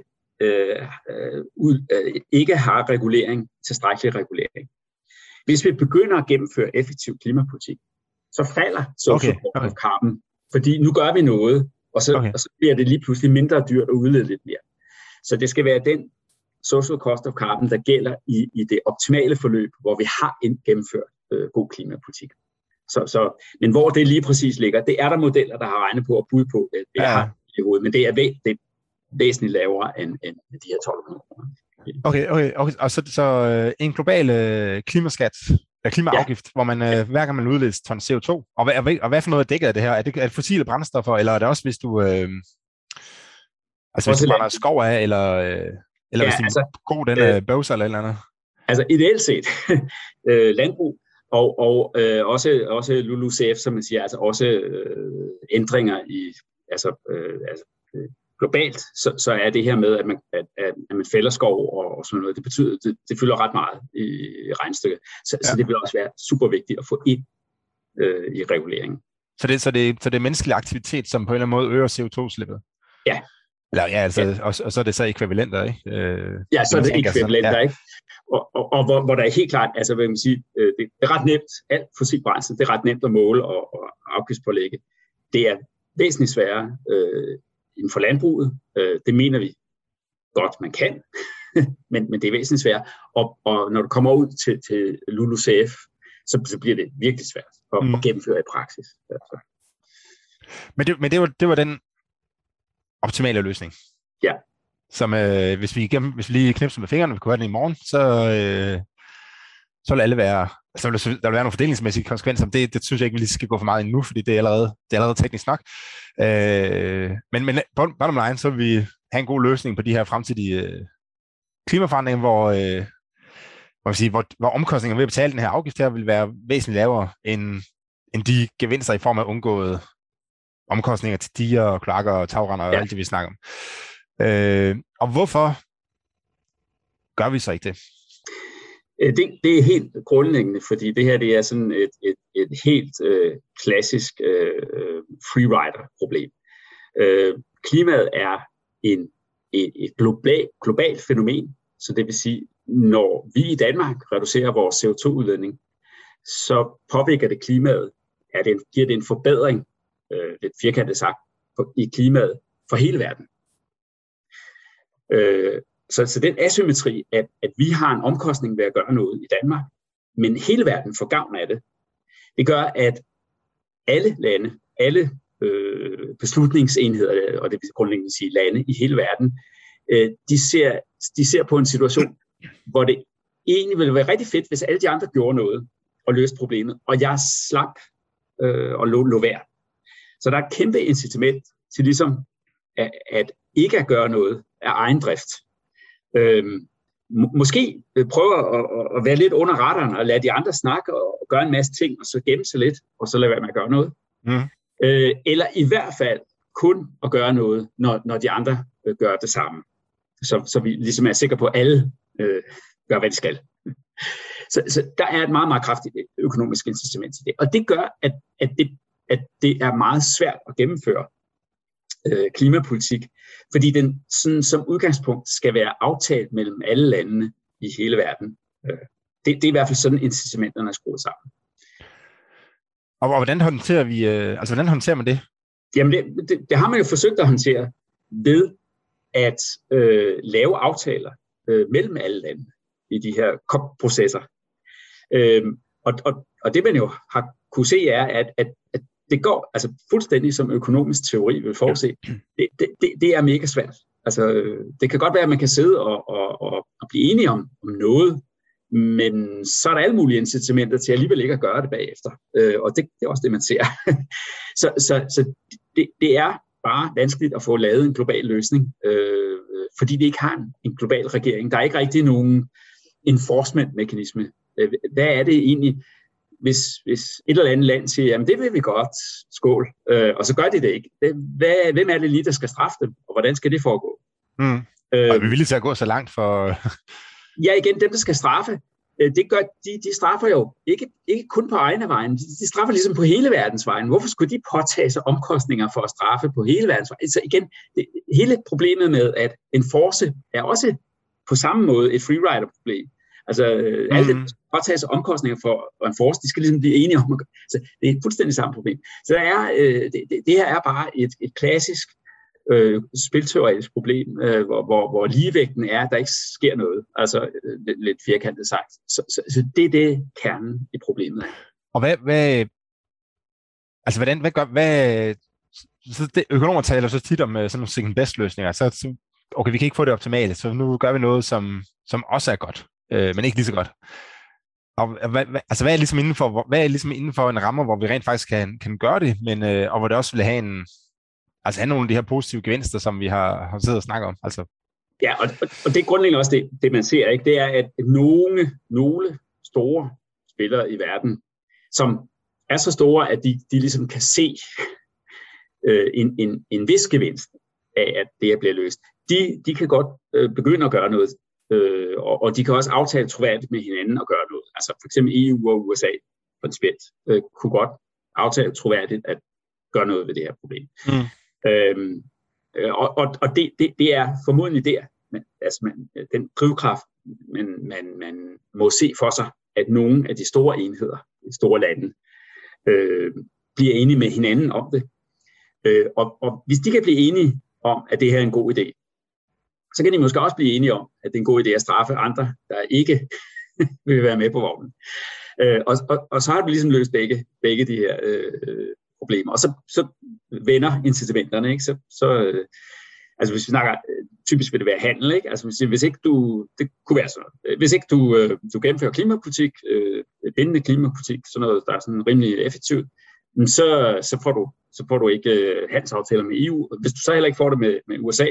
ikke har tilstrækkelig regulering. Hvis vi begynder at gennemføre effektiv klimapolitik, så falder social cost of carbon, fordi nu gør vi noget, og så bliver det lige pludselig mindre dyrt at udlede lidt mere. Så det skal være den social cost of carbon, der gælder i det optimale forløb, hvor vi har gennemført god klimapolitik. Men hvor det lige præcis ligger, det er der modeller, der har regnet på og bud på, det har i hovedet, men det er væsentligt lavere end de her 1.200 kroner. Okay. Og så en global klimaskat, klimaafgift, hvor man hver gang man udleder et ton CO2, og hvad for noget er dækket af det her? Er det fossile brændstoffer, eller er det også, hvis du hvis du brænder skov af, eller hvis du god den bøvser eller et eller andet? Altså ideelt set, landbrug, og også LULUCF, som man siger, altså også ændringer i globalt, så er det her med, at man fælder skov og sådan noget, det betyder, det fylder ret meget i regnestykket. Så det vil også være super vigtigt at få ind i reguleringen. Så det er menneskelig aktivitet, som på en eller anden måde øger CO2-slippet? Ja. Og så er det så ekvivalenter, ikke? Så er det ekvivalenter, ikke? Og hvor der er helt klart, altså hvad man siger, det er ret nemt, alt fossilt brændsel, det er ret nemt at måle og afgiftspålægge. Det er væsentligt sværere inden for landbruget. Det mener vi godt, man kan, men det er væsentligt sværere. Og når du kommer ud til LULUCF, så bliver det virkelig svært at gennemføre i praksis. Altså. Men det var den optimale løsning. Ja. Som hvis vi lige knipser med fingrene, vi kunne have den i morgen, så vil alle være, der vil være nogle fordelingsmæssige konsekvenser. Det synes jeg ikke, vi lige skal gå for meget ind nu, fordi det er allerede teknisk nok. Men bottom line, så vil vi have en god løsning på de her fremtidige klimaforandringer, hvor omkostningen ved at betale den her afgift her vil være væsentligt lavere end de gevinster i form af undgået omkostninger til diger og kloakker og tagrender og alt det, vi snakker om. Og hvorfor gør vi så ikke det? Det er helt grundlæggende, fordi det her det er sådan et helt klassisk freerider-problem. Klimaet er et globalt fænomen, så det vil sige, når vi i Danmark reducerer vores CO2-udledning, så påvirker det klimaet, giver det en forbedring, lidt firkantet sagt, i klimaet for hele verden. Så den asymmetri, at vi har en omkostning ved at gøre noget i Danmark, men hele verden får gavn af det, det gør, at alle lande, alle beslutningsenheder, og det vil grundlæggende sige lande i hele verden, de ser på en situation, hvor det egentlig ville være rigtig fedt, hvis alle de andre gjorde noget og løste problemet, og jeg slap og lå værd. Så der er et kæmpe incitament til ligesom at ikke at gøre noget af egen drift. Måske prøve at være lidt under radaren og lade de andre snakke og gøre en masse ting, og så gemme sig lidt, og så lade være med at gøre noget. Eller i hvert fald kun at gøre noget, når de andre gør det samme. Så vi ligesom er sikre på, at alle gør, hvad de skal. Så der er et meget, meget kraftigt økonomisk incitament til det. Og det gør, at det er meget svært at gennemføre klimapolitik, fordi den sådan, som udgangspunkt skal være aftalt mellem alle landene i hele verden. Det er i hvert fald sådan, incitamenterne er skruet sammen. Og hvordan håndterer vi, hvordan håndterer man det? Jamen, det har man jo forsøgt at håndtere ved at lave aftaler mellem alle lande i de her COP-processer. Og det man jo har kunne se er, at det går altså fuldstændig som økonomisk teori vil forudse. Det er mega svært. Altså, det kan godt være, at man kan sidde og blive enige om noget, men så er der alle mulige incitamenter til alligevel ikke at gøre det bagefter. Og det er også det, man ser. så det er bare vanskeligt at få lavet en global løsning, fordi vi ikke har en global regering. Der er ikke rigtig nogen enforcement-mekanisme. Hvad er det egentlig, hvis et eller andet land siger, jamen det vil vi godt, skål, og så gør de det ikke. Hvem er det lige, der skal straffe dem, og hvordan skal det foregå? Og er vi villige til at gå så langt for... Ja, igen, dem, der skal straffe, det gør, de straffer jo ikke kun på egne vejen, de straffer ligesom på hele verdens vejen. Hvorfor skulle de påtage sig omkostninger for at straffe på hele verdens vejen? Så igen, hele problemet med at enforce er også på samme måde et freerider-problem. Altså, alt det påtage sig omkostninger for at enforce, de skal ligesom blive enige om. Så det er et fuldstændig samme problem. Så der er, det her er bare et klassisk spilteoretisk problem, hvor ligevægten er, at der ikke sker noget. Altså lidt firkantet sagt. Så det er det kernen i problemet. Og så det, økonomer taler så tit om sådan nogle second best løsninger. Så okay, vi kan ikke få det optimale, så nu gør vi noget, som også er godt, men ikke lige så godt. Og hvad er ligesom inden for en ramme, hvor vi rent faktisk kan gøre det, men og hvor det også vil have have nogle af de her positive gevinster, som vi har siddet og snakket om. Altså. Ja, og det er grundlæggende også det, man ser, ikke? Det er, at nogle store spillere i verden, som er så store, at de ligesom kan se en vis gevinst af, at det her bliver løst. De kan godt begynde at gøre noget, og de kan også aftale troværdigt med hinanden at gøre noget. Altså for eksempel EU og USA principielt kunne godt aftale troværdigt at gøre noget ved det her problem. Og det er formodentlig der, den drivkraft, man må se for sig, at nogle af de store enheder, de store lande, bliver enige med hinanden om det. Og hvis de kan blive enige om, at det her er en god idé, så kan de måske også blive enige om, at det er en god idé at straffe andre, der ikke vil være med på vognen. Og så har vi ligesom løst begge de her problemer. Og så vender incitamenterne, ikke? Altså hvis vi snakker, typisk vil det være handel, ikke? Altså hvis ikke det kunne være sådan noget. Hvis ikke du gennemfører klimapolitik, bindende klimapolitik, sådan noget, der er sådan rimelig effektivt, så får du ikke handelsaftaler med EU. Hvis du så heller ikke får det med USA,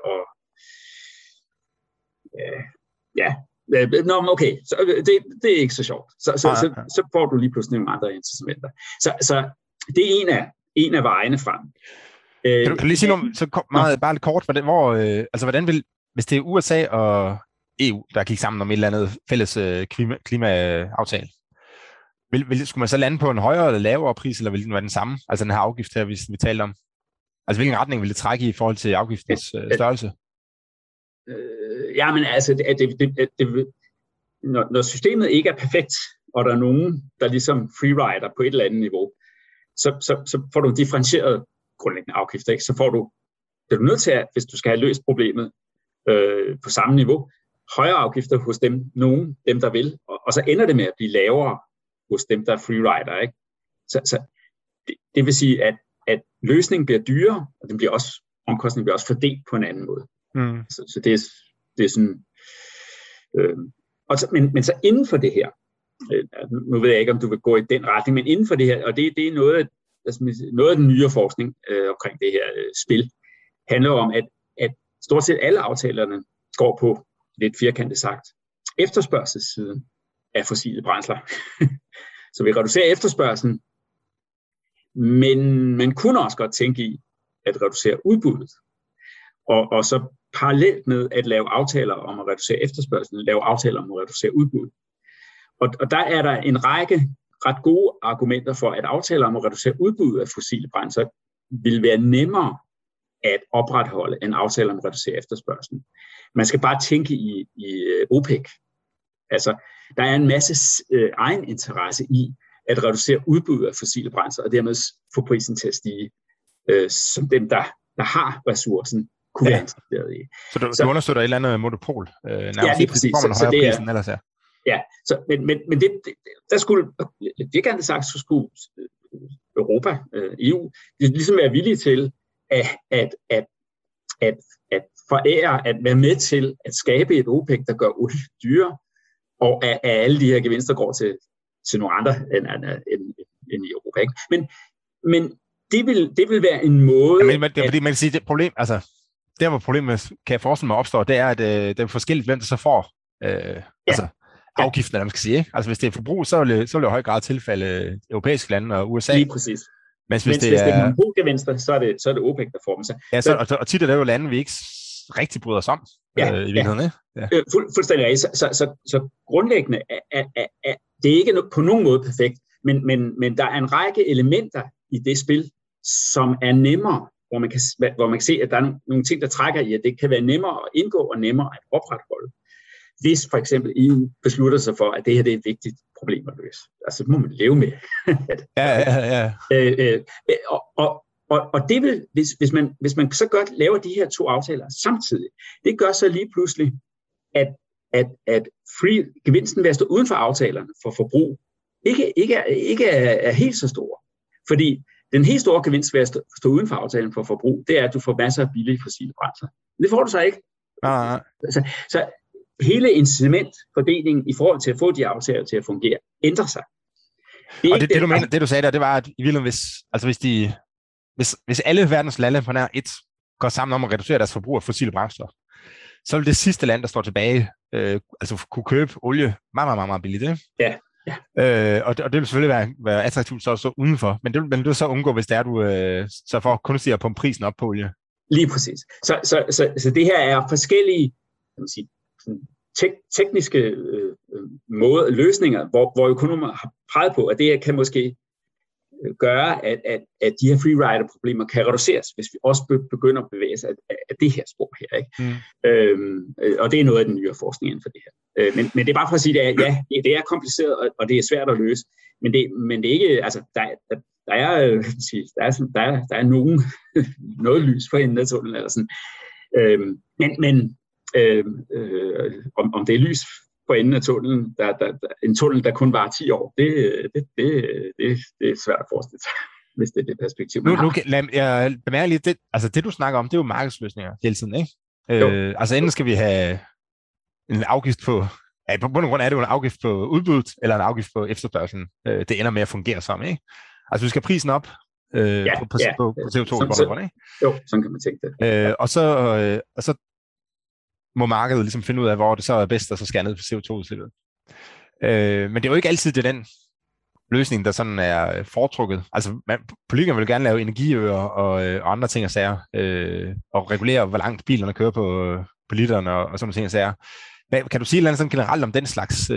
okay, så det er ikke så sjovt. Så får du lige pludselig nogle andre incitamenter. Så det er en af vejene frem. Kan du lige sige noget, bare lidt kort, hvordan vil, hvis det er USA og EU, der gik sammen om et eller andet fælles klimaaftale, skulle man så lande på en højere eller lavere pris, eller ville den være den samme? Altså den her afgift her, vi talte om. Altså hvilken retning vil det trække i forhold til afgiftens størrelse? Jamen altså, når systemet ikke er perfekt, og der er nogen, der ligesom freerider på et eller andet niveau, så får du differentieret grundlæggende afgifter, ikke? Så er du nødt til at, hvis du skal have løst problemet på samme niveau, højere afgifter hos dem der vil, og så ender det med at blive lavere hos dem, der er freerider, ikke? Så det vil sige, at løsningen bliver dyrere, og omkostningen bliver også fordelt på en anden måde. Så det er sådan... Men så inden for det her, nu ved jeg ikke, om du vil gå i den retning, men inden for det her, og det er noget af den nye forskning omkring det her spil, handler om, at stort set alle aftalerne går på, lidt firkantet sagt, efterspørgselssiden af fossile brændsler. Så vi reducerer efterspørgselen, men man kunne også godt tænke i at reducere udbuddet. Og så parallelt med at lave aftaler om at reducere efterspørgselen, lave aftaler om at reducere udbuddet. Og der er der en ret gode argumenter for, at aftaler om at reducere udbuddet af fossile brændsler vil være nemmere at opretholde en aftale om at reducere efterspørgselen. Man skal bare tænke i OPEC. Altså, der er en masse egen interesse i at reducere udbuddet af fossile brændsler, og dermed få prisen til at stige, som dem, der har ressourcen, kunne være interesseret i. Så du understøtter et eller andet monopol? Ja, lige præcis. Så det er prisen, ellers er. Ja, men det, der skulle, det gerne sagt, så skulle Europa, EU, ligesom være villige til at forære, at være med til at skabe et OPEC, der gør olie dyre, og at alle de her gevinster går til nogle andre end i Europa. Ikke? Men det vil være en måde... Ja, men det er fordi, man kan sige, det problem, altså, der hvor problemet, kan jeg forestille mig, opstår, det er, at det er forskelligt, hvem der så får altså, afgiften, eller man skal sige. Ikke? Altså, hvis det er forbrug, så vil det i høj grad tilfælde europæiske lande og USA. Lige præcis. Men hvis det er monopolgevinster, så er det OPEC, der får dem. Ja, og tit er det jo lande, vi ikke rigtig bryder os om i virkeligheden. Ikke? Ja. Fuldstændig rigtigt. Så grundlæggende det er ikke på nogen måde perfekt, men der er en række elementer i det spil, som er nemmere, hvor man kan se, at der er nogle ting, der trækker i, at det kan være nemmere at indgå og nemmere at opretholde. Hvis for eksempel EU beslutter sig for, at det her det er et vigtigt problem at løse. Altså, det må man leve med. Ja. Og det vil, hvis man så godt laver de her to aftaler samtidig, det gør så lige pludselig, at gevinsten ved at stå uden for aftalerne for forbrug ikke er helt så stor. Fordi den helt store gevinst ved at stå uden for aftalen for forbrug, det er, at du får masser af billige fossile brændsler. Det får du så ikke. Så hele incitamentfordelingen i forhold til at få de aftaler til at fungere, ændrer sig. Det du sagde der, det var, at i virkeligheden, hvis alle verdens lande på nær et går sammen om at reducere deres forbrug af fossile brændstoffer, så vil det sidste land, der står tilbage, kunne købe olie meget, meget, meget billigt. Ikke? Ja. Og det vil selvfølgelig være attraktivt så udenfor, men det vil du så undgå, hvis det er, du så for kunstigt at pumpe prisen op på olie. Lige præcis. Så det her er forskellige, kan man sige, tekniske løsninger, hvor økonomer har peget på, at det her kan måske gøre, at de her freerider-problemer kan reduceres, hvis vi også begynder at bevæge sig af det her spor her. Ikke? Og det er noget af den nye forskning inden for det her. Men det er bare for at sige, at det er kompliceret, og det er svært at løse, men det er ikke, altså, der er nogen, noget lys for enden af tunnelen, eller sådan. Om det er lys på enden af tunnelen, en tunnel, der kun var 10 år, det er svært at forestille sig, hvis det er det perspektiv, man har. Jeg bemærker lige, det du snakker om, det er jo markedsløsninger hele tiden, ikke? Altså enten skal vi have en afgift på, på bund og grund er det jo en afgift på udbuddet, eller en afgift på efterspørgselen. Det ender med at fungere sammen, ikke? Altså vi skal prisen op på CO2 i bund og grund, ikke? Jo, sådan kan man tænke det. Og så må markedet ligesom finde ud af, hvor det så er bedst, og så skære ned på CO2-udslippet. Men det er jo ikke altid den løsning, der sådan er foretrukket. Altså, politikerne vil gerne lave energiøer og andre ting og sager, og regulere, hvor langt bilerne kører på literen og sådan nogle ting og sager. Kan du sige noget sådan generelt om den slags?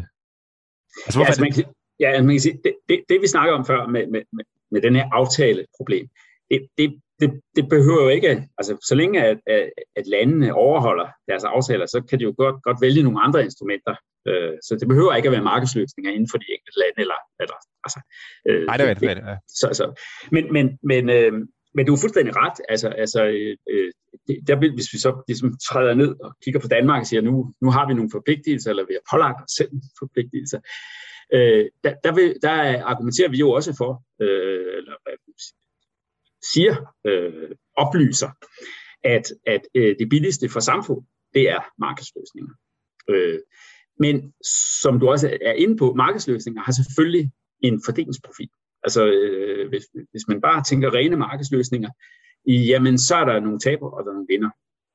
Man kan sige, det vi snakker om før med den her aftaleproblem, det behøver jo ikke, altså så længe at landene overholder deres aftaler, så kan de jo godt vælge nogle andre instrumenter. Så det behøver ikke at være markedsløsninger inden for de enkelte lande, Nej, det er det. Men du er fuldstændig ret. Der vil, hvis vi så ligesom træder ned og kigger på Danmark og siger, nu har vi nogle forpligtelser, eller vi har pålagt os selv forpligtelser, der argumenterer vi jo også for, oplyser, at det billigste for samfundet, det er markedsløsninger. Men som du også er inde på, markedsløsninger har selvfølgelig en fordelingsprofil. Altså, hvis man bare tænker rene markedsløsninger, jamen så er der nogle tabere, og der er nogle vinder.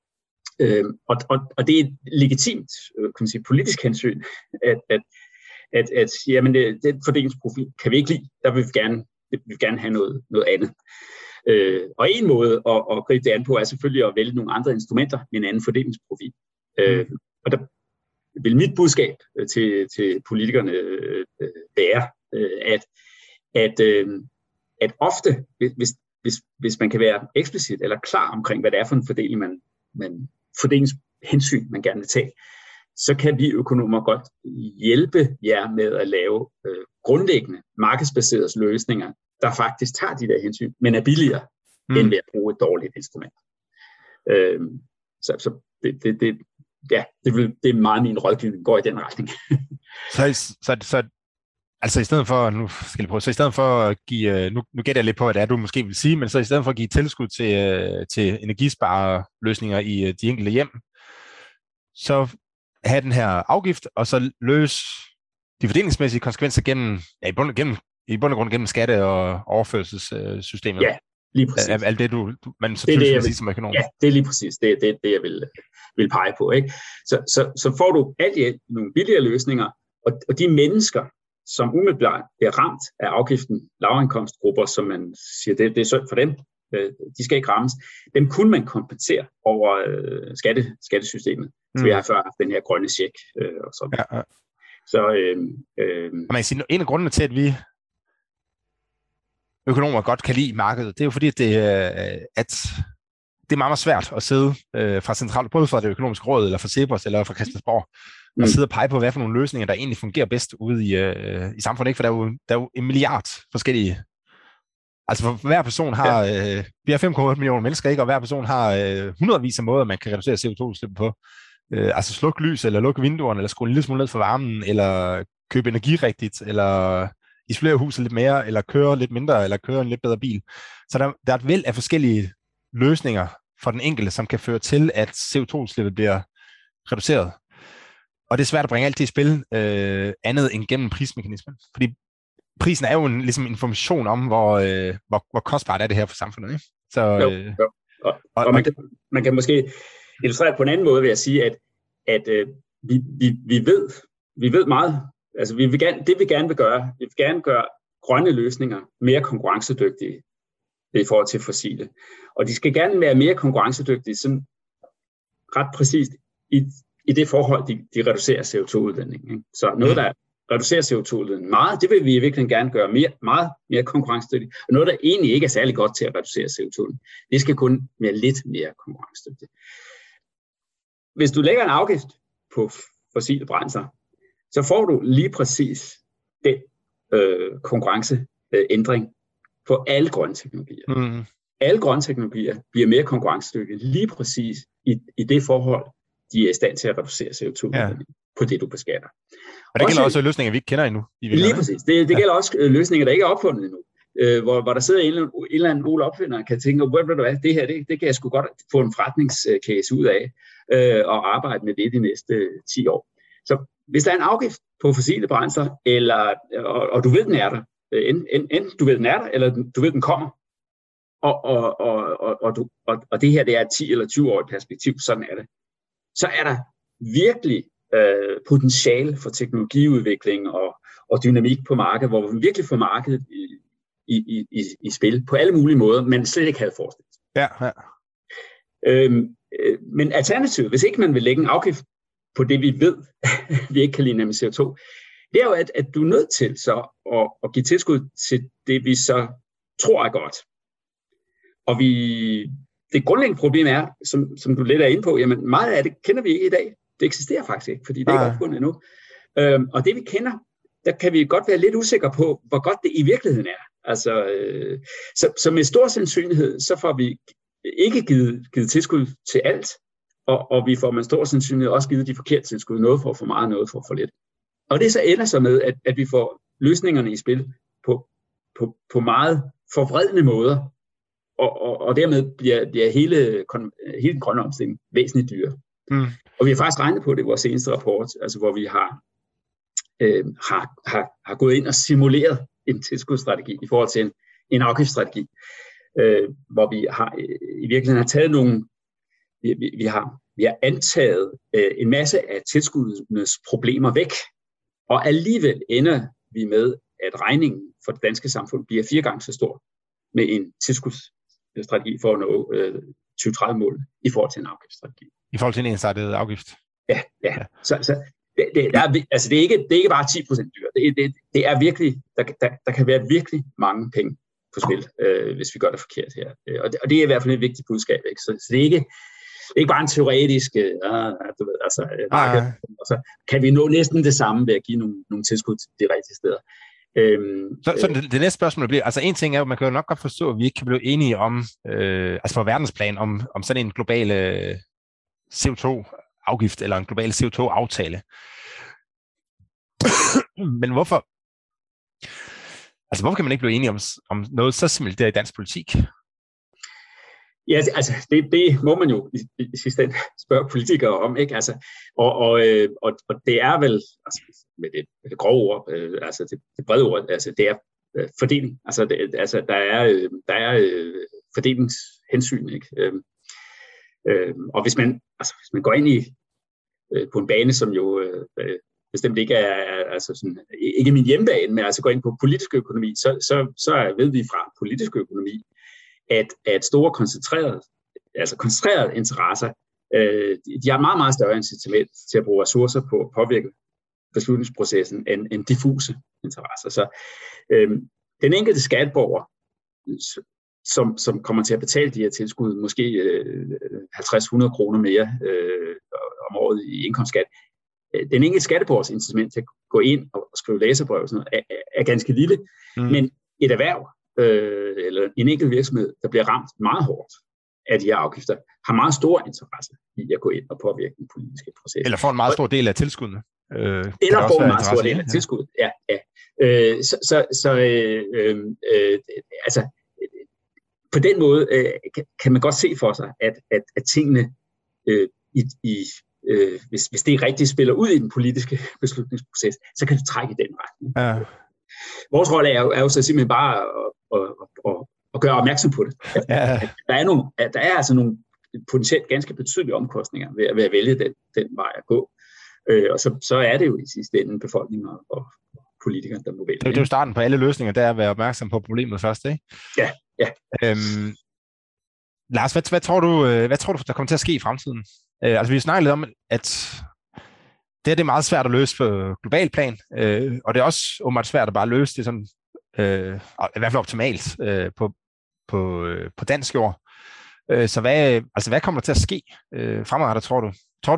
Og det er et legitimt, kan man sige, politisk hensyn, at jamen, den fordelingsprofil kan vi ikke lide. Der vil vi gerne have noget andet. Og en måde at gribe det an på er selvfølgelig at vælge nogle andre instrumenter med en anden fordelingsprofil. Og der vil mit budskab til politikerne være, at ofte, hvis man kan være eksplicit eller klar omkring, hvad det er for en fordelingshensyn, man gerne vil tage, så kan vi økonomer godt hjælpe jer med at lave grundlæggende markedsbaserede løsninger, der faktisk tager de der hensyn, men er billigere end ved at bruge et dårligt instrument. Så det er meget min rådgivning, går i den retning. Altså i stedet for, så i stedet for at give, nu gætter jeg lidt på, hvad det er, du måske vil sige, men så i stedet for at give tilskud til energispareløsninger i de enkelte hjem, så have den her afgift, og så løse de fordelingsmæssige konsekvenser i bund og grund gennem skatte- og overførselssystemet. Ja, lige præcis. Alt det, man så typisk vil sige som økonom. Ja, det er lige præcis det jeg vil pege på. Ikke? Så får du alt nogle billigere løsninger, og de mennesker, som umiddelbart bliver ramt af afgiften, lavindkomstgrupper, som man siger, det er synd for dem, de skal ikke rammes, dem kunne man kompensere over skattesystemet. Så vi har før haft den her grønne check og sådan. Ja. Så, man kan sige, en af grundene til, at vi økonomer godt kan lide markedet, det er jo fordi, at det er meget, meget svært at sidde fra centralt, både fra det økonomiske råd, eller fra CEPOS, eller fra Christiansborg, og sidde og pege på, hvad for nogle løsninger, der egentlig fungerer bedst ude i samfundet. Ikke? For der er jo en milliard forskellige. Altså for hver person har, vi har 5,8 millioner mennesker, ikke? Og hver person har hundredvis af måder, man kan reducere CO2-udslippet på. Altså slukke lys, eller lukke vinduerne, eller skrue en lille smule ned for varmen, eller købe energi rigtigt, eller isolere huset lidt mere, eller køre lidt mindre, eller køre en lidt bedre bil. Så der er et væld af forskellige løsninger for den enkelte, som kan føre til, at CO2-udslippet bliver reduceret. Og det er svært at bringe alt det i spil, andet end gennem prismekanismen. Fordi prisen er jo ligesom information om, hvor kostbart er det her for samfundet. Ikke? Så, jo. Og man kan måske illustrere på en anden måde ved at sige, at vi ved meget. Altså vi vil gerne gøre grønne løsninger mere konkurrencedygtige i forhold til fossile. Og de skal gerne være mere konkurrencedygtige, sådan ret præcist i det forhold, de reducerer CO2-udledningen. Så noget, der reducerer CO2-udledningen meget, det vil vi i virkeligheden gerne gøre meget mere konkurrencedygtigt. Og noget, der egentlig ikke er særlig godt til at reducere CO2-udledningen, det skal kun være lidt mere konkurrencedygtigt. Hvis du lægger en afgift på fossile brændsler, så får du lige præcis den konkurrenceændring på alle grønne teknologier. Alle grønne teknologier bliver mere konkurrencedygtige lige præcis i det forhold, de er i stand til at reducere CO2 på det, du beskatter. Og det gælder også løsninger, vi ikke kender endnu. Lige præcis. Det gælder også løsninger, der ikke er opfundet endnu. Hvor der sidder en eller anden god opfinder og kan tænke, det her, det kan jeg sgu godt få en forretningscase ud af og arbejde med det de næste 10 år. Så hvis der er en afgift på fossile brændsler, og du ved, den er der, enten du ved, den er der, eller du ved, den kommer, og det her, det er et 10 eller 20-årigt perspektiv, sådan er det, så er der virkelig potentiale for teknologiudvikling og dynamik på markedet, hvor vi virkelig får markedet i spil på alle mulige måder, men slet ikke havde forestillet sig. Ja. Men alternativet, hvis ikke man vil lægge en afgift på det, vi ved, vi ikke kan lide, nemlig CO2, det er jo, at du er nødt til så at give tilskud til det, vi så tror er godt. Og det grundlæggende problem er, som du lidt er inde på, jamen meget af det kender vi ikke i dag. Det eksisterer faktisk ikke, fordi det er ikke opfundet endnu. Og det vi kender, der kan vi godt være lidt usikre på, hvor godt det i virkeligheden er. Altså, så med stor sandsynlighed, så får vi ikke givet tilskud til alt, og vi får med stor sandsynlighed også givet de forkerte tilskud, noget for meget, noget for lidt. Og det så ender så med, at vi får løsningerne i spil på meget forvredne måder, og dermed bliver hele den grønne omstilling væsentligt dyrere. Og vi har faktisk regnet på det i vores seneste rapport, altså hvor vi har gået ind og simuleret en tilskudsstrategi i forhold til en afgiftsstrategi, hvor vi har i virkeligheden har taget nogle, vi har antaget en masse af tilskuddenes problemer væk, og alligevel ender vi med, at regningen for det danske samfund bliver 4 gange så stor med en tilskudsstrategi for at nå 2030-målet i forhold til en afgiftsstrategi. I forhold til en ensartet afgift? Ja. Det er ikke bare 10% dyr. Det er virkelig, der kan være virkelig mange penge på spil, hvis vi gør det forkert her. Og det er i hvert fald et vigtigt budskab. Ikke? Så det er ikke bare en teoretisk, du ved, marked. Og så kan vi nå næsten det samme ved at give nogle tilskud til de rigtige steder. Så det næste spørgsmål bliver, altså en ting er, at man kan jo nok godt forstå, at vi ikke kan blive enige om, altså på verdensplan, om sådan en global CO2-afgift eller en global CO2-aftale. Men hvorfor kan man ikke blive enige om noget så simpelt der i dansk politik? Ja, altså det må man jo i sidste ende spørge politikere om, ikke? Altså, og det er vel, altså, med det grove ord, altså det brede ord, altså det er fordeling. Altså, der er fordelingshensyn, ikke? Og hvis man går ind på en bane, som jo bestemt ikke er altså sådan, ikke min hjemmebane, men altså går ind på politisk økonomi, så ved vi fra politisk økonomi, at store koncentrerede interesser, de har meget, meget større incitament til at bruge ressourcer på at påvirke beslutningsprocessen end diffuse interesser. Så den enkelte skatteborger, som kommer til at betale de her tilskud, måske 50-100 kroner mere om året i indkomstskat, den enkelte skatteborgers incitament til at gå ind og skrive læserbrev er ganske lille, men et erhverv eller en enkelt virksomhed, der bliver ramt meget hårdt af de her afgifter, har meget stor interesse i at gå ind og påvirke den politiske proces. Eller får en meget stor del af tilskuddene. Eller får en meget stor del af tilskuddet, ja. Altså, på den måde kan man godt se for sig, at tingene, hvis det rigtigt spiller ud i den politiske beslutningsproces, så kan det trække i den retning. Ja. Vores rolle er jo så simpelthen bare at gøre opmærksom på det. Der er altså nogle potentielt ganske betydelige omkostninger ved at vælge den vej at gå. Og så er det jo i sidste ende befolkningen og politikere, der må vælge. Det er jo starten på alle løsninger, der er at være opmærksom på problemet først, ikke? Ja. Lars, hvad tror du, der kommer til at ske i fremtiden? Altså, vi snakkede lidt om, at det er meget svært at løse på global plan, og det er også åbenbart svært at bare løse det sådan, i hvert fald optimalt på dansk jord. Så hvad kommer der til at ske fremadrettet, tror du? Tror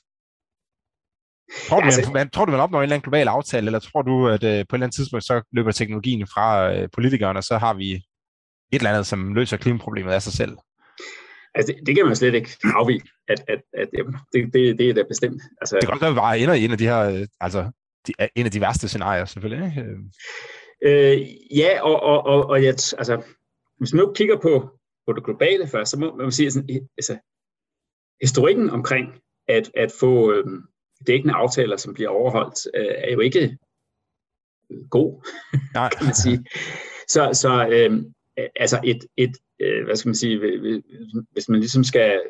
du, man opnår en eller anden global aftale, eller tror du, at på et eller andet tidspunkt, så løber teknologien fra politikerne, og så har vi et eller andet, som løser klimaproblemet af sig selv? Altså, det kan man slet ikke afvige, at det er da bestemt. Altså, det kan godt være, at vi bare ender i en af de her, en af de værste scenarier, selvfølgelig, ikke? Ja, og altså, hvis man nu kigger på det globale først, så må man sige, altså, historikken omkring at få dækkende aftaler, som bliver overholdt, er jo ikke god, kan man sige. Så altså hvad skal man sige, hvis man ligesom skal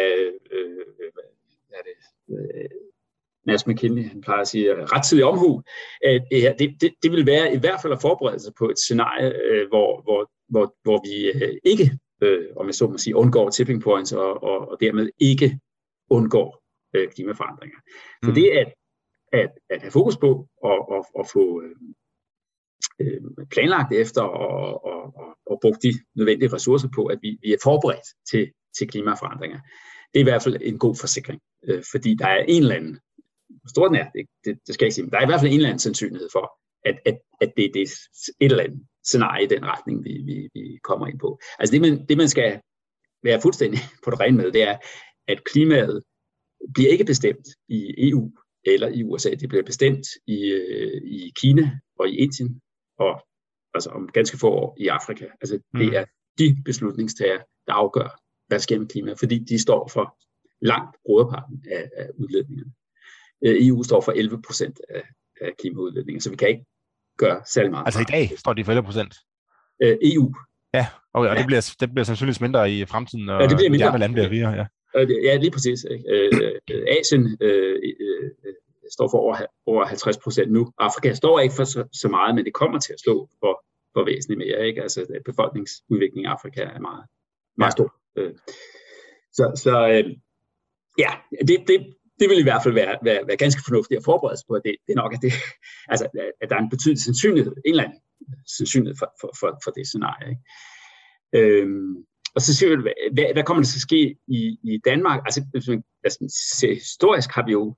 Nash McKinley, han plejer at sige, rettidig omhu, det vil være i hvert fald at forberede sig på et scenarie, hvor vi ikke, om jeg så må sige, undgår tipping points, og dermed ikke undgår klimaforandringer. Så det at have fokus på og få planlagt efter og brugt de nødvendige ressourcer på, at vi er forberedt til klimaforandringer. Det er i hvert fald en god forsikring, fordi der er en eller anden, hvor stor den er, det skal jeg ikke sige, men der er i hvert fald en eller anden sandsynlighed for, at det er et eller andet scenarie i den retning, vi kommer ind på. Altså det man skal være fuldstændig på det rene med, det er, at klimaet bliver ikke bestemt i EU eller i USA. Det bliver bestemt i Kina og i Indien, og altså om ganske få år i Afrika. Altså det er de beslutningstagere, der afgør, hvad der sker med klimaet, fordi de står for langt broderparten af udledningerne. EU står for 11% af klimaudledninger, så vi kan ikke gøre særlig meget. Altså i dag står de for 11%? EU. Ja, okay, og ja. Det bliver sandsynligvis mindre i fremtiden, og det bliver mindre. De andre lande bliver rigere. Ja. Ja, lige præcis. Asien står for over 50% nu. Afrika står ikke for så meget, men det kommer til at slå for væsentligt mere. Ikke? Altså befolkningsudviklingen i Afrika er meget, meget stor. Ja, det vil i hvert fald være ganske fornuftigt at forberede sig på, at det nok er det, altså, at der er en betydelig sandsynlighed, en eller anden sandsynlighed for det scenarie. Ikke? Og så siger vi, hvad kommer der til at ske i Danmark? Altså, historisk har vi jo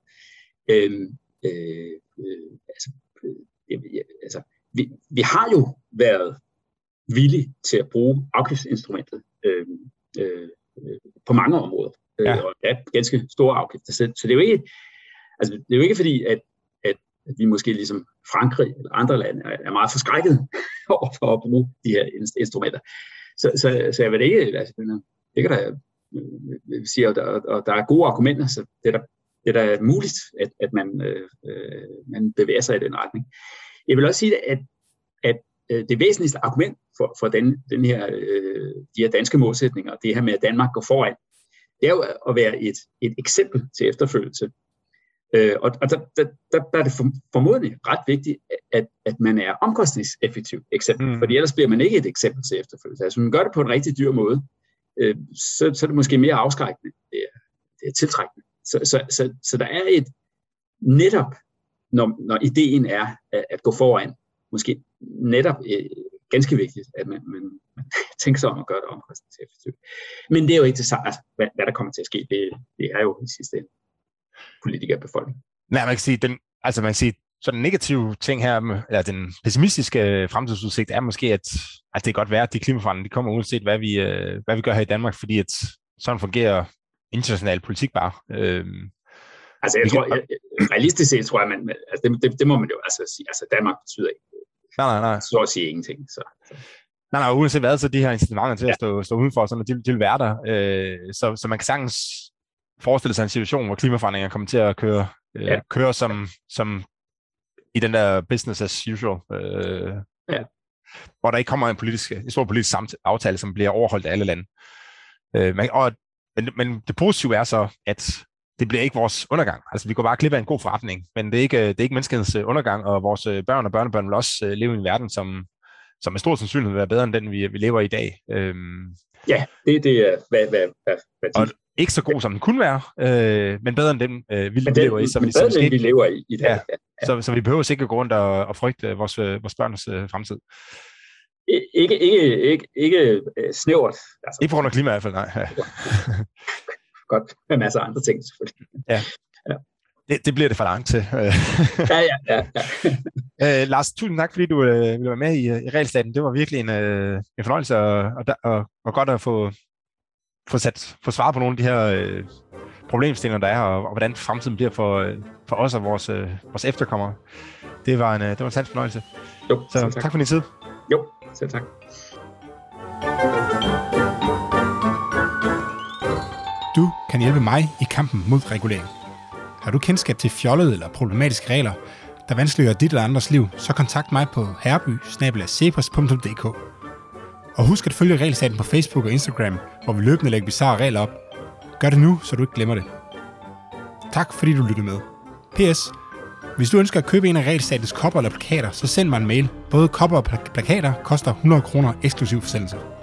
vi har jo været villige til at bruge afgiftsinstrumentet på mange områder. Og ganske store afgifter. Så det er jo ikke, altså, det er jo ikke fordi, at vi måske ligesom Frankrig eller andre lande er meget forskrækket over for at bruge de her instrumenter. Så jeg ved ikke, altså, det kan der sige, og der er gode argumenter, så det er da muligt, at man bevæger sig i den retning. Jeg vil også sige, at det væsentligste argument for den her, de her danske målsætninger, det her med, at Danmark går foran, det er jo at være et eksempel til efterfølgelse. Og der er det formodentlig ret vigtigt, at man er omkostningseffektiv eksempel, fordi ellers bliver man ikke et eksempel til efterfølgelse. Altså, hvis man gør det på en rigtig dyr måde, så er det måske mere afskrækkende. Det er tiltrækkende. Så der er et netop, når ideen er at gå foran, måske netop ganske vigtigt, at man tænker sig om at gøre det omkostningseffektivt. Men det er jo ikke det samme, altså, hvad der kommer til at ske, det er jo i sidste ende politikerbefolkningen. Nej, man kan sige, så den negative ting her, eller den pessimistiske fremtidsudsigt, er måske, at det kan godt være, at de klimaforandringer, de kommer uanset, hvad vi gør her i Danmark, fordi at sådan fungerer international politik bare. Altså, jeg tror, realistisk set tror jeg, altså, det må man jo altså sige. Altså, Danmark betyder ikke. Nej. Så at sige ingenting. Nej, uanset hvad, så de her incitamenter til at stå udenfor, så de vil være der. Så man kan sagtens forestille sig en situation, hvor klimaforandringer kommer til at køre som i den der business as usual. Hvor der ikke kommer en stor politisk aftale, som bliver overholdt af alle lande. Men det positive er så, at det bliver ikke vores undergang. Altså, vi går bare glip af en god forretning, men det er ikke menneskets undergang, og vores børn og børnebørn vil også leve i en verden, som med stor sandsynlighed vil være bedre end den, vi lever i i dag. Ja, det er, hvad og ikke så god, som den kunne være, men bedre end den, vi lever i. Vi lever i dag. Ja. Så vi behøver ikke at gå rundt og frygte vores børns fremtid. Ikke snævert. Altså. Ikke på grund af klima i hvert fald, nej. Godt, med masser af andre ting selvfølgelig. Ja. Det bliver det for langt til. Ja. Lars, tusind tak, fordi du ville være med i Realstaten. Det var virkelig en fornøjelse og godt at få svaret på nogle af de her problemstillinger, der er, og hvordan fremtiden bliver for os og vores efterkommere. Det var en sand fornøjelse. Jo, så tak for din tid. Jo, selv tak. Du kan hjælpe mig i kampen mod regulering. Har du kendskab til fjollede eller problematiske regler, der vanskeliggør dit eller andres liv, så kontakt mig på herby@cepos.dk. Og husk at følge Realstaten på Facebook og Instagram, hvor vi løbende lægger bizarre regler op. Gør det nu, så du ikke glemmer det. Tak fordi du lyttede med. PS. Hvis du ønsker at købe en af Realstatens kopper eller plakater, så send mig en mail. Både kopper og plakater koster 100 kroner eksklusiv forsendelse.